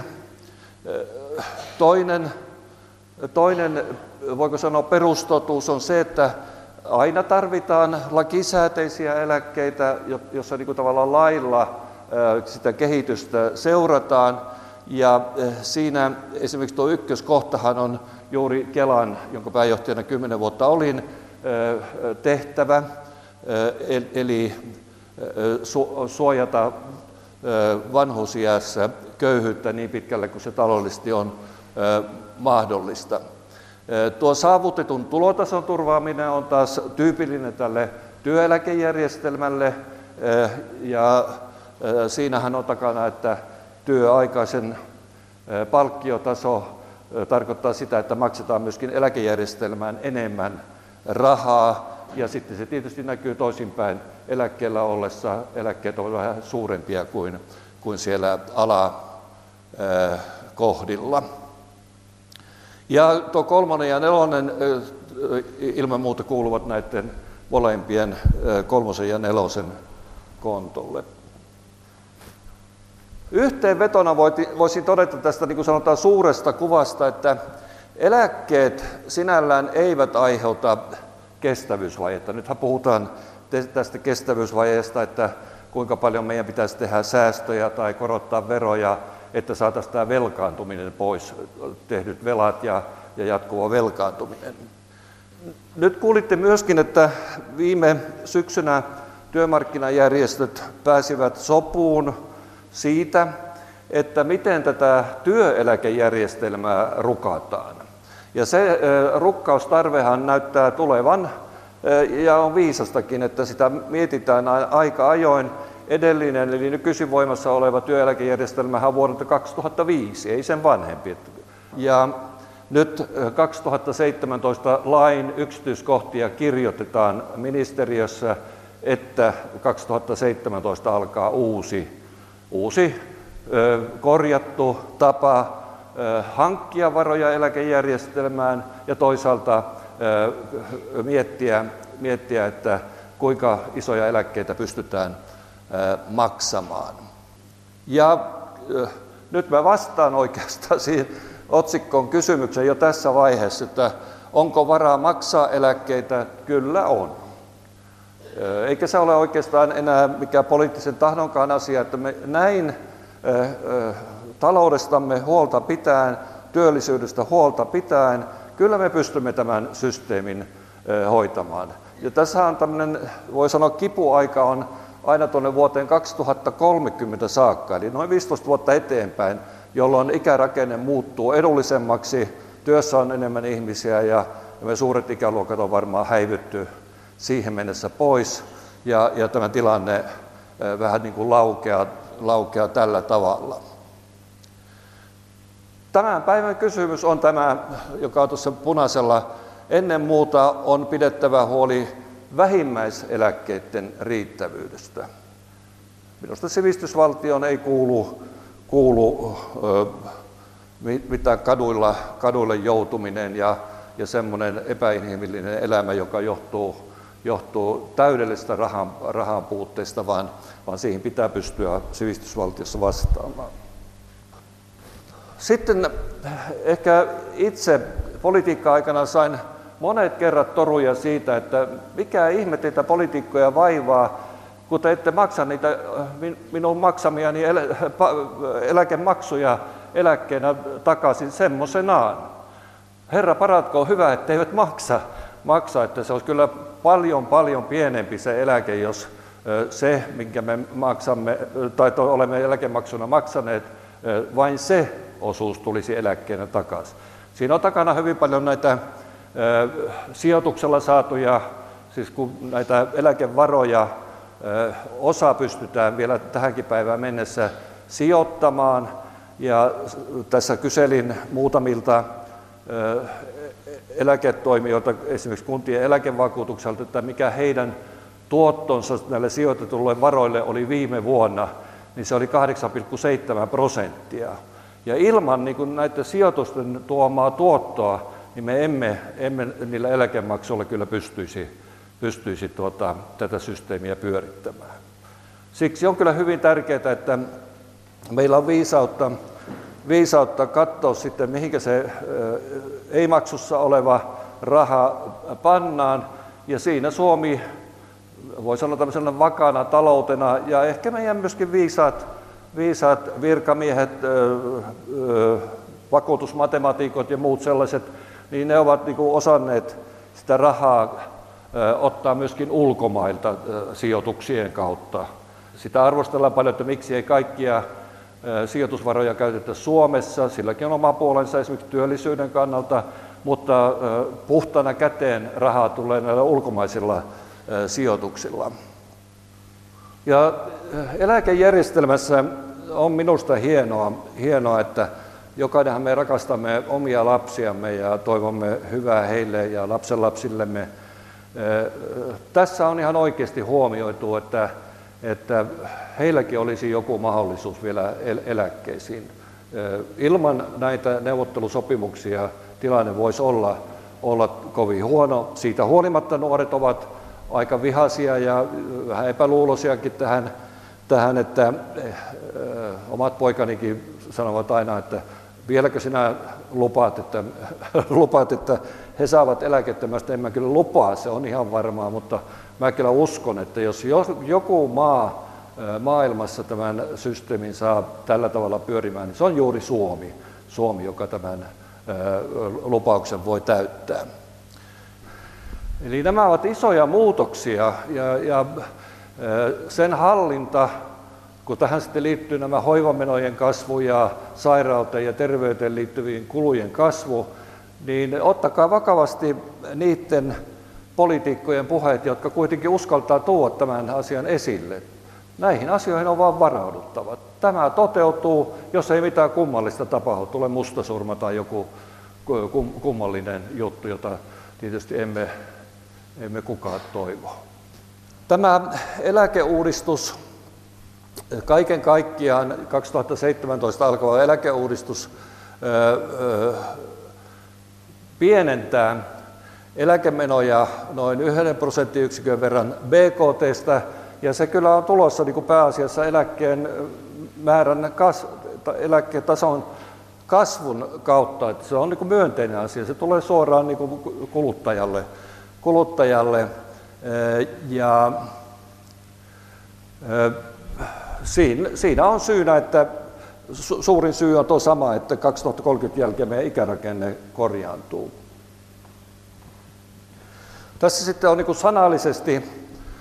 toinen, voiko sanoa, perustotuus on se, että aina tarvitaan lakisääteisiä eläkkeitä, jossa niin kuin tavallaan lailla sitä kehitystä seurataan. Ja siinä esimerkiksi tuo ykköskohtahan on juuri Kelan, jonka pääjohtajana 10 vuotta olin, tehtävä, eli suojata vanhuusiässä köyhyyttä niin pitkälle kuin se taloudellisesti on mahdollista. Tuo saavutetun tulotason turvaaminen on taas tyypillinen tälle työeläkejärjestelmälle, ja siinähän on takana, että työaikaisen palkkiotaso tarkoittaa sitä, että maksetaan myöskin eläkejärjestelmään enemmän rahaa, ja sitten se tietysti näkyy toisinpäin. Eläkkeellä ollessa eläkkeet ovat vähän suurempia kuin siellä alakohdilla. Ja tuo 3. ja 4. ilman muuta kuuluvat näiden molempien 3. ja 4. kontolle. Yhteenvetona voisin todeta tästä, niin kuin sanotaan, suuresta kuvasta, että eläkkeet sinällään eivät aiheuta kestävyysvajetta. Nythän puhutaan tästä kestävyysvajeesta, että kuinka paljon meidän pitäisi tehdä säästöjä tai korottaa veroja, että saataisiin tämä velkaantuminen pois, tehdyt velat ja jatkuva velkaantuminen. Nyt kuulitte myöskin, että viime syksynä työmarkkinajärjestöt pääsivät sopuun siitä, että miten tätä työeläkejärjestelmää rukataan. Ja se rukkaustarvehan näyttää tulevan, ja on viisastakin, että sitä mietitään aika ajoin. Edellinen, eli nykyisin voimassa oleva työeläkejärjestelmähän on vuodelta 2005, ei sen vanhempi. Ja nyt 2017 lain yksityiskohtia kirjoitetaan ministeriössä, että 2017 alkaa uusi korjattu tapa hankkia varoja eläkejärjestelmään ja toisaalta miettiä, että kuinka isoja eläkkeitä pystytään maksamaan. Ja nyt mä vastaan oikeastaan siihen otsikkoon kysymyksen jo tässä vaiheessa, että onko varaa maksaa eläkkeitä? Kyllä on. Eikä se ole oikeastaan enää mikään poliittisen tahdonkaan asia, että me näin taloudestamme huolta pitäen, työllisyydestä huolta pitäen, kyllä me pystymme tämän systeemin hoitamaan. Ja tässä on tämmöinen, voi sanoa, kipuaika on aina tuonne vuoteen 2030 saakka, eli noin 15 vuotta eteenpäin, jolloin ikärakenne muuttuu edullisemmaksi, työssä on enemmän ihmisiä me suuret ikäluokat on varmaan häivytty siihen mennessä pois ja tämä tilanne vähän niin kuin laukeaa tällä tavalla. Tämän päivän kysymys on tämä, joka on tuossa punaisella. Ennen muuta on pidettävä huoli vähimmäiseläkkeiden riittävyydestä. Minusta sivistysvaltioon ei kuulu mitään kaduille joutuminen ja semmoinen epäinhimillinen elämä, joka johtuu täydellisestä rahan puutteesta, vaan siihen pitää pystyä sivistysvaltiossa vastaamaan. Sitten ehkä itse politiikka-aikana sain monet kerrat toruja siitä, että mikä ihme teitä poliitikkoja vaivaa, kun te ette maksa niitä minun maksamiani eläkemaksuja eläkkeenä takaisin semmoisenaan. Herra paratkoon, hyvä, etteivät maksa, että se olisi kyllä paljon pienempi se eläke, jos se, minkä me maksamme, tai olemme eläkemaksuna maksaneet, vain se osuus tulisi eläkkeenä takaisin. Siinä on takana hyvin paljon näitä sijoituksella saatuja, siis kun näitä eläkevaroja osa pystytään vielä tähänkin päivään mennessä sijoittamaan, ja tässä kyselin muutamilta eläketoimijoilta, esimerkiksi kuntien eläkevakuutukselta, että mikä heidän tuottonsa näille sijoitetuille varoille oli viime vuonna, niin se oli 8,7%. Ja ilman niin kuin näiden sijoitusten tuomaa tuottoa, niin me emme niillä eläkemaksuilla kyllä pystyisi tätä systeemiä pyörittämään. Siksi on kyllä hyvin tärkeää, että meillä on viisautta katsoa sitten, mihinkä se ei-maksussa oleva raha pannaan, ja siinä Suomi, voi sanoa tämmöisenä vakaana taloutena, ja ehkä meidän myöskin viisaat virkamiehet, vakuutusmatemaatikot ja muut sellaiset, niin ne ovat niin kuin osanneet sitä rahaa ottaa myöskin ulkomailta sijoituksien kautta. Sitä arvostellaan paljon, että miksi ei kaikkia sijoitusvaroja käytetä Suomessa, silläkin on oma puolensa esimerkiksi työllisyyden kannalta, mutta puhtana käteen rahaa tulee näillä ulkomaisilla sijoituksilla. Ja eläkejärjestelmässä on minusta hienoa, että jokainenhan me rakastamme omia lapsiamme ja toivomme hyvää heille ja lapsenlapsillemme. Tässä on ihan oikeasti huomioitu, että heilläkin olisi joku mahdollisuus vielä eläkkeisiin. Ilman näitä neuvottelusopimuksia tilanne voisi olla kovin huono. Siitä huolimatta nuoret ovat aika vihaisia ja vähän epäluuloisiakin tähän, että omat poikanikin sanovat aina, että vieläkö sinä lupaat, että he saavat eläkettä. Mä en kyllä lupaa, se on ihan varmaa, mutta mä kyllä uskon, että jos joku maa maailmassa tämän systeemin saa tällä tavalla pyörimään, niin se on juuri Suomi, joka tämän lupauksen voi täyttää. Eli nämä ovat isoja muutoksia ja sen hallinta, kun tähän sitten liittyy nämä hoivamenojen kasvu ja sairauteen ja terveyteen liittyvien kulujen kasvu, niin ottakaa vakavasti niiden poliitikkojen puheet, jotka kuitenkin uskaltaa tuoda tämän asian esille. Näihin asioihin on vaan varauduttava. Tämä toteutuu, jos ei mitään kummallista tapahdu, tulee mustasurma tai joku kummallinen juttu, jota tietysti emme kukaan toivo. Tämä eläkeuudistus, kaiken kaikkiaan 2017 alkava eläkeuudistus pienentää eläkemenoja noin 1 prosenttiyksikön verran BKT:stä, ja se kyllä on tulossa niin kuin pääasiassa eläkkeen määrän eläketason kasvun kautta, että se on niin kuin myönteinen asia, se tulee suoraan niin kuin kuluttajalle ja siinä on syynä, että suurin syy on tuo sama, että 2030 jälkeen meidän ikärakenne korjaantuu. Tässä sitten on niin kuin sanallisesti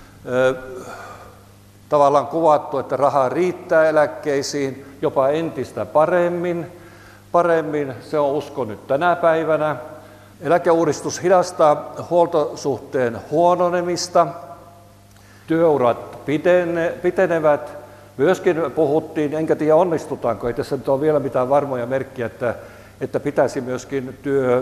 tavallaan kuvattu, että rahaa riittää eläkkeisiin jopa entistä paremmin. Se on usko nyt tänä päivänä. Eläkeuudistus hidastaa huoltosuhteen huononemista, työurat pitenevät. Myöskin puhuttiin, enkä tiedä onnistutaanko, ei tässä nyt ole vielä mitään varmoja merkkiä, että pitäisi myöskin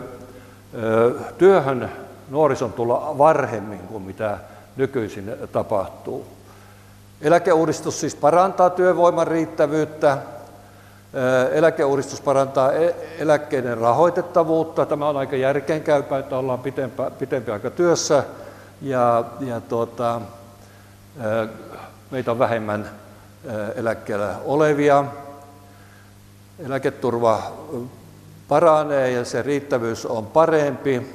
työhön nuorison tulla varhemmin kuin mitä nykyisin tapahtuu. Eläkeuudistus siis parantaa työvoiman riittävyyttä, eläkeuudistus parantaa eläkkeiden rahoitettavuutta. Tämä on aika järkeenkäypää, että ollaan pitempi aika työssä ja meitä on vähemmän eläkkeellä olevia. Eläketurva paranee ja se riittävyys on parempi.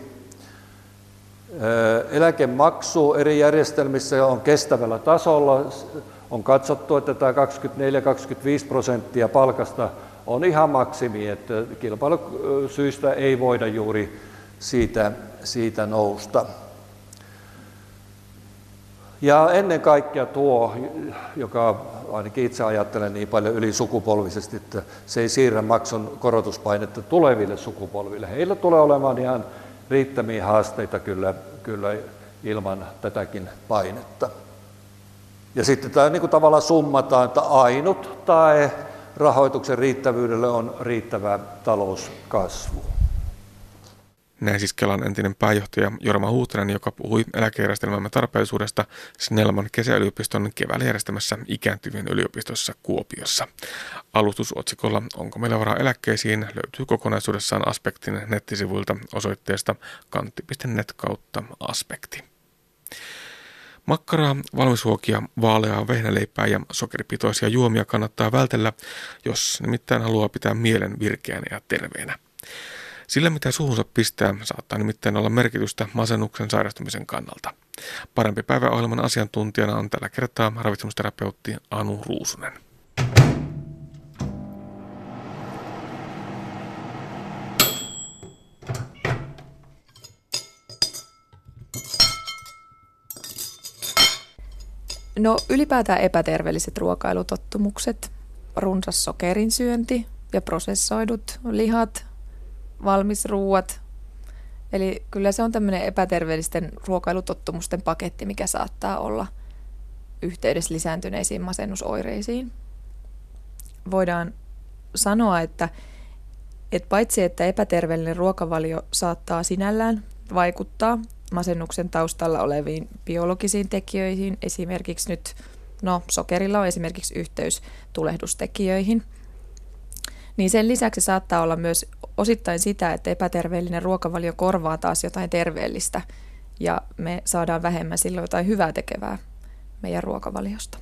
Eläkemaksu eri järjestelmissä on kestävällä tasolla. On katsottu, että tämä 24-25% palkasta on ihan maksimi, että kilpailusyistä ei voida juuri siitä nousta. Ja ennen kaikkea tuo, joka ainakin itse ajattelen niin paljon ylisukupolvisesti, että se ei siirrä maksun korotuspainetta tuleville sukupolville. Heillä tulee olemaan ihan riittämiä haasteita kyllä ilman tätäkin painetta. Ja sitten tämä niin kuin tavallaan summataan, että ainut tae rahoituksen riittävyydelle on riittävä talouskasvu. Näin siis Kelan entinen pääjohtaja Jorma Huuhtanen, joka puhui eläkejärjestelmämme tarpeellisuudesta Snellman kesäyliopiston keväällä järjestämässä ikääntyvien yliopistossa Kuopiossa. Alustusotsikolla Onko meillä varaa eläkkeisiin löytyy kokonaisuudessaan Aspektin nettisivuilta osoitteesta kantti.net/aspekti. Makkaraa, valmisruokia, vaaleaa vehnäleipää ja sokeripitoisia juomia kannattaa vältellä, jos nimittäin haluaa pitää mielen virkeänä ja terveenä. Sillä mitä suuhunsa pistää, saattaa nimittäin olla merkitystä masennuksen sairastumisen kannalta. Parempi päiväohjelman asiantuntijana on tällä kertaa ravitsemusterapeutti Anu Ruusunen. No ylipäätään epäterveelliset ruokailutottumukset, runsas sokerin syönti ja prosessoidut lihat, valmisruuat. Eli kyllä se on tämmöinen epäterveellisten ruokailutottumusten paketti, mikä saattaa olla yhteydessä lisääntyneisiin masennusoireisiin. Voidaan sanoa, että paitsi että epäterveellinen ruokavalio saattaa sinällään vaikuttaa masennuksen taustalla oleviin biologisiin tekijöihin, esimerkiksi nyt, sokerilla on esimerkiksi yhteys tulehdustekijöihin, niin sen lisäksi saattaa olla myös osittain sitä, että epäterveellinen ruokavalio korvaa taas jotain terveellistä ja me saadaan vähemmän silloin jotain hyvää tekevää meidän ruokavaliosta.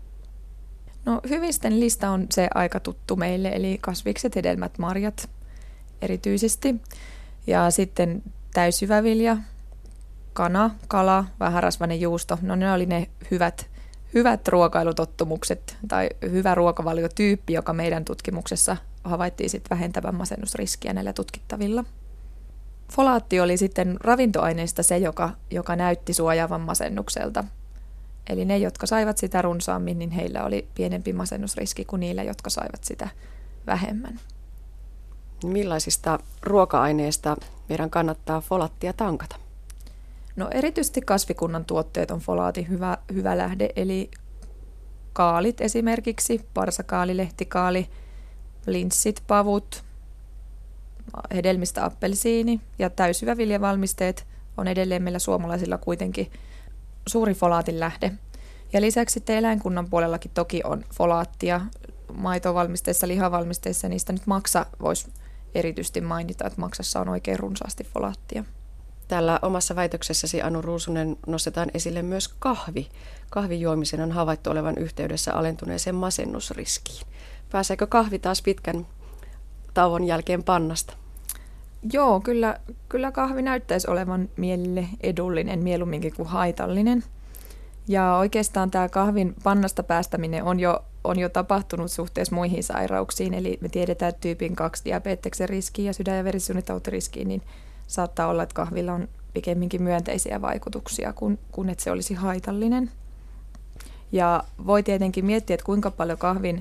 No hyvisten lista on se aika tuttu meille, eli kasvikset, hedelmät, marjat erityisesti ja sitten täysjyvävilja, kana, kala, vähärasvainen juusto, no ne oli ne hyvät ruokailutottumukset tai hyvä ruokavaliotyyppi, joka meidän tutkimuksessa havaittiin sitten vähentävän masennusriskiä näillä tutkittavilla. Folaatti oli sitten ravintoaineista se, joka näytti suojaavan masennukselta. Eli ne, jotka saivat sitä runsaammin, niin heillä oli pienempi masennusriski kuin niillä, jotka saivat sitä vähemmän. Millaisista ruoka-aineista meidän kannattaa folaattia tankata? No erityisesti kasvikunnan tuotteet on folaatin hyvä lähde, eli kaalit esimerkiksi, parsakaali, lehtikaali, linssit, pavut, hedelmistä appelsiini ja täysjyväviljavalmisteet on edelleen meillä suomalaisilla kuitenkin suuri folaatin lähde. Ja lisäksi sitten eläinkunnan puolellakin toki on folaattia maitovalmisteissa, lihavalmisteissa, niistä nyt maksa voisi erityisesti mainita, että maksassa on oikein runsaasti folaattia. Täällä omassa väitöksessäsi, Anu Ruusunen, nostetaan esille myös kahvi. Kahvin juomisen on havaittu olevan yhteydessä alentuneeseen masennusriskiin. Pääseekö kahvi taas pitkän tauon jälkeen pannasta? Joo, kyllä kahvi näyttäisi olevan mielelle edullinen mieluumminkin kuin haitallinen. Ja oikeastaan tämä kahvin pannasta päästäminen on jo tapahtunut suhteessa muihin sairauksiin. Eli me tiedetään tyypin 2 diabeteksen riskiin ja sydän- ja verisuonitautiriskiin, niin saattaa olla, että kahvilla on pikemminkin myönteisiä vaikutuksia kuin että se olisi haitallinen. Ja voi tietenkin miettiä, että kuinka paljon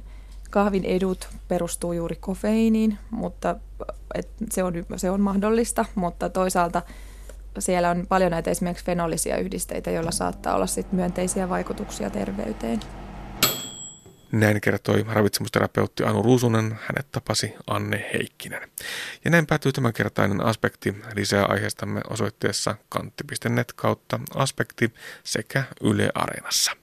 Kahvin edut perustuu juuri kofeiiniin, mutta se on mahdollista, mutta toisaalta siellä on paljon näitä esimerkiksi fenolisia yhdisteitä, joilla saattaa olla sit myönteisiä vaikutuksia terveyteen. Näin kertoi ravitsemusterapeutti Anu Ruusunen, hänet tapasi Anne Heikkinen. Ja näin päätyy tämänkertainen Aspekti. Lisää aiheestamme osoitteessa kantti.net/aspekti sekä Yle Areenassa.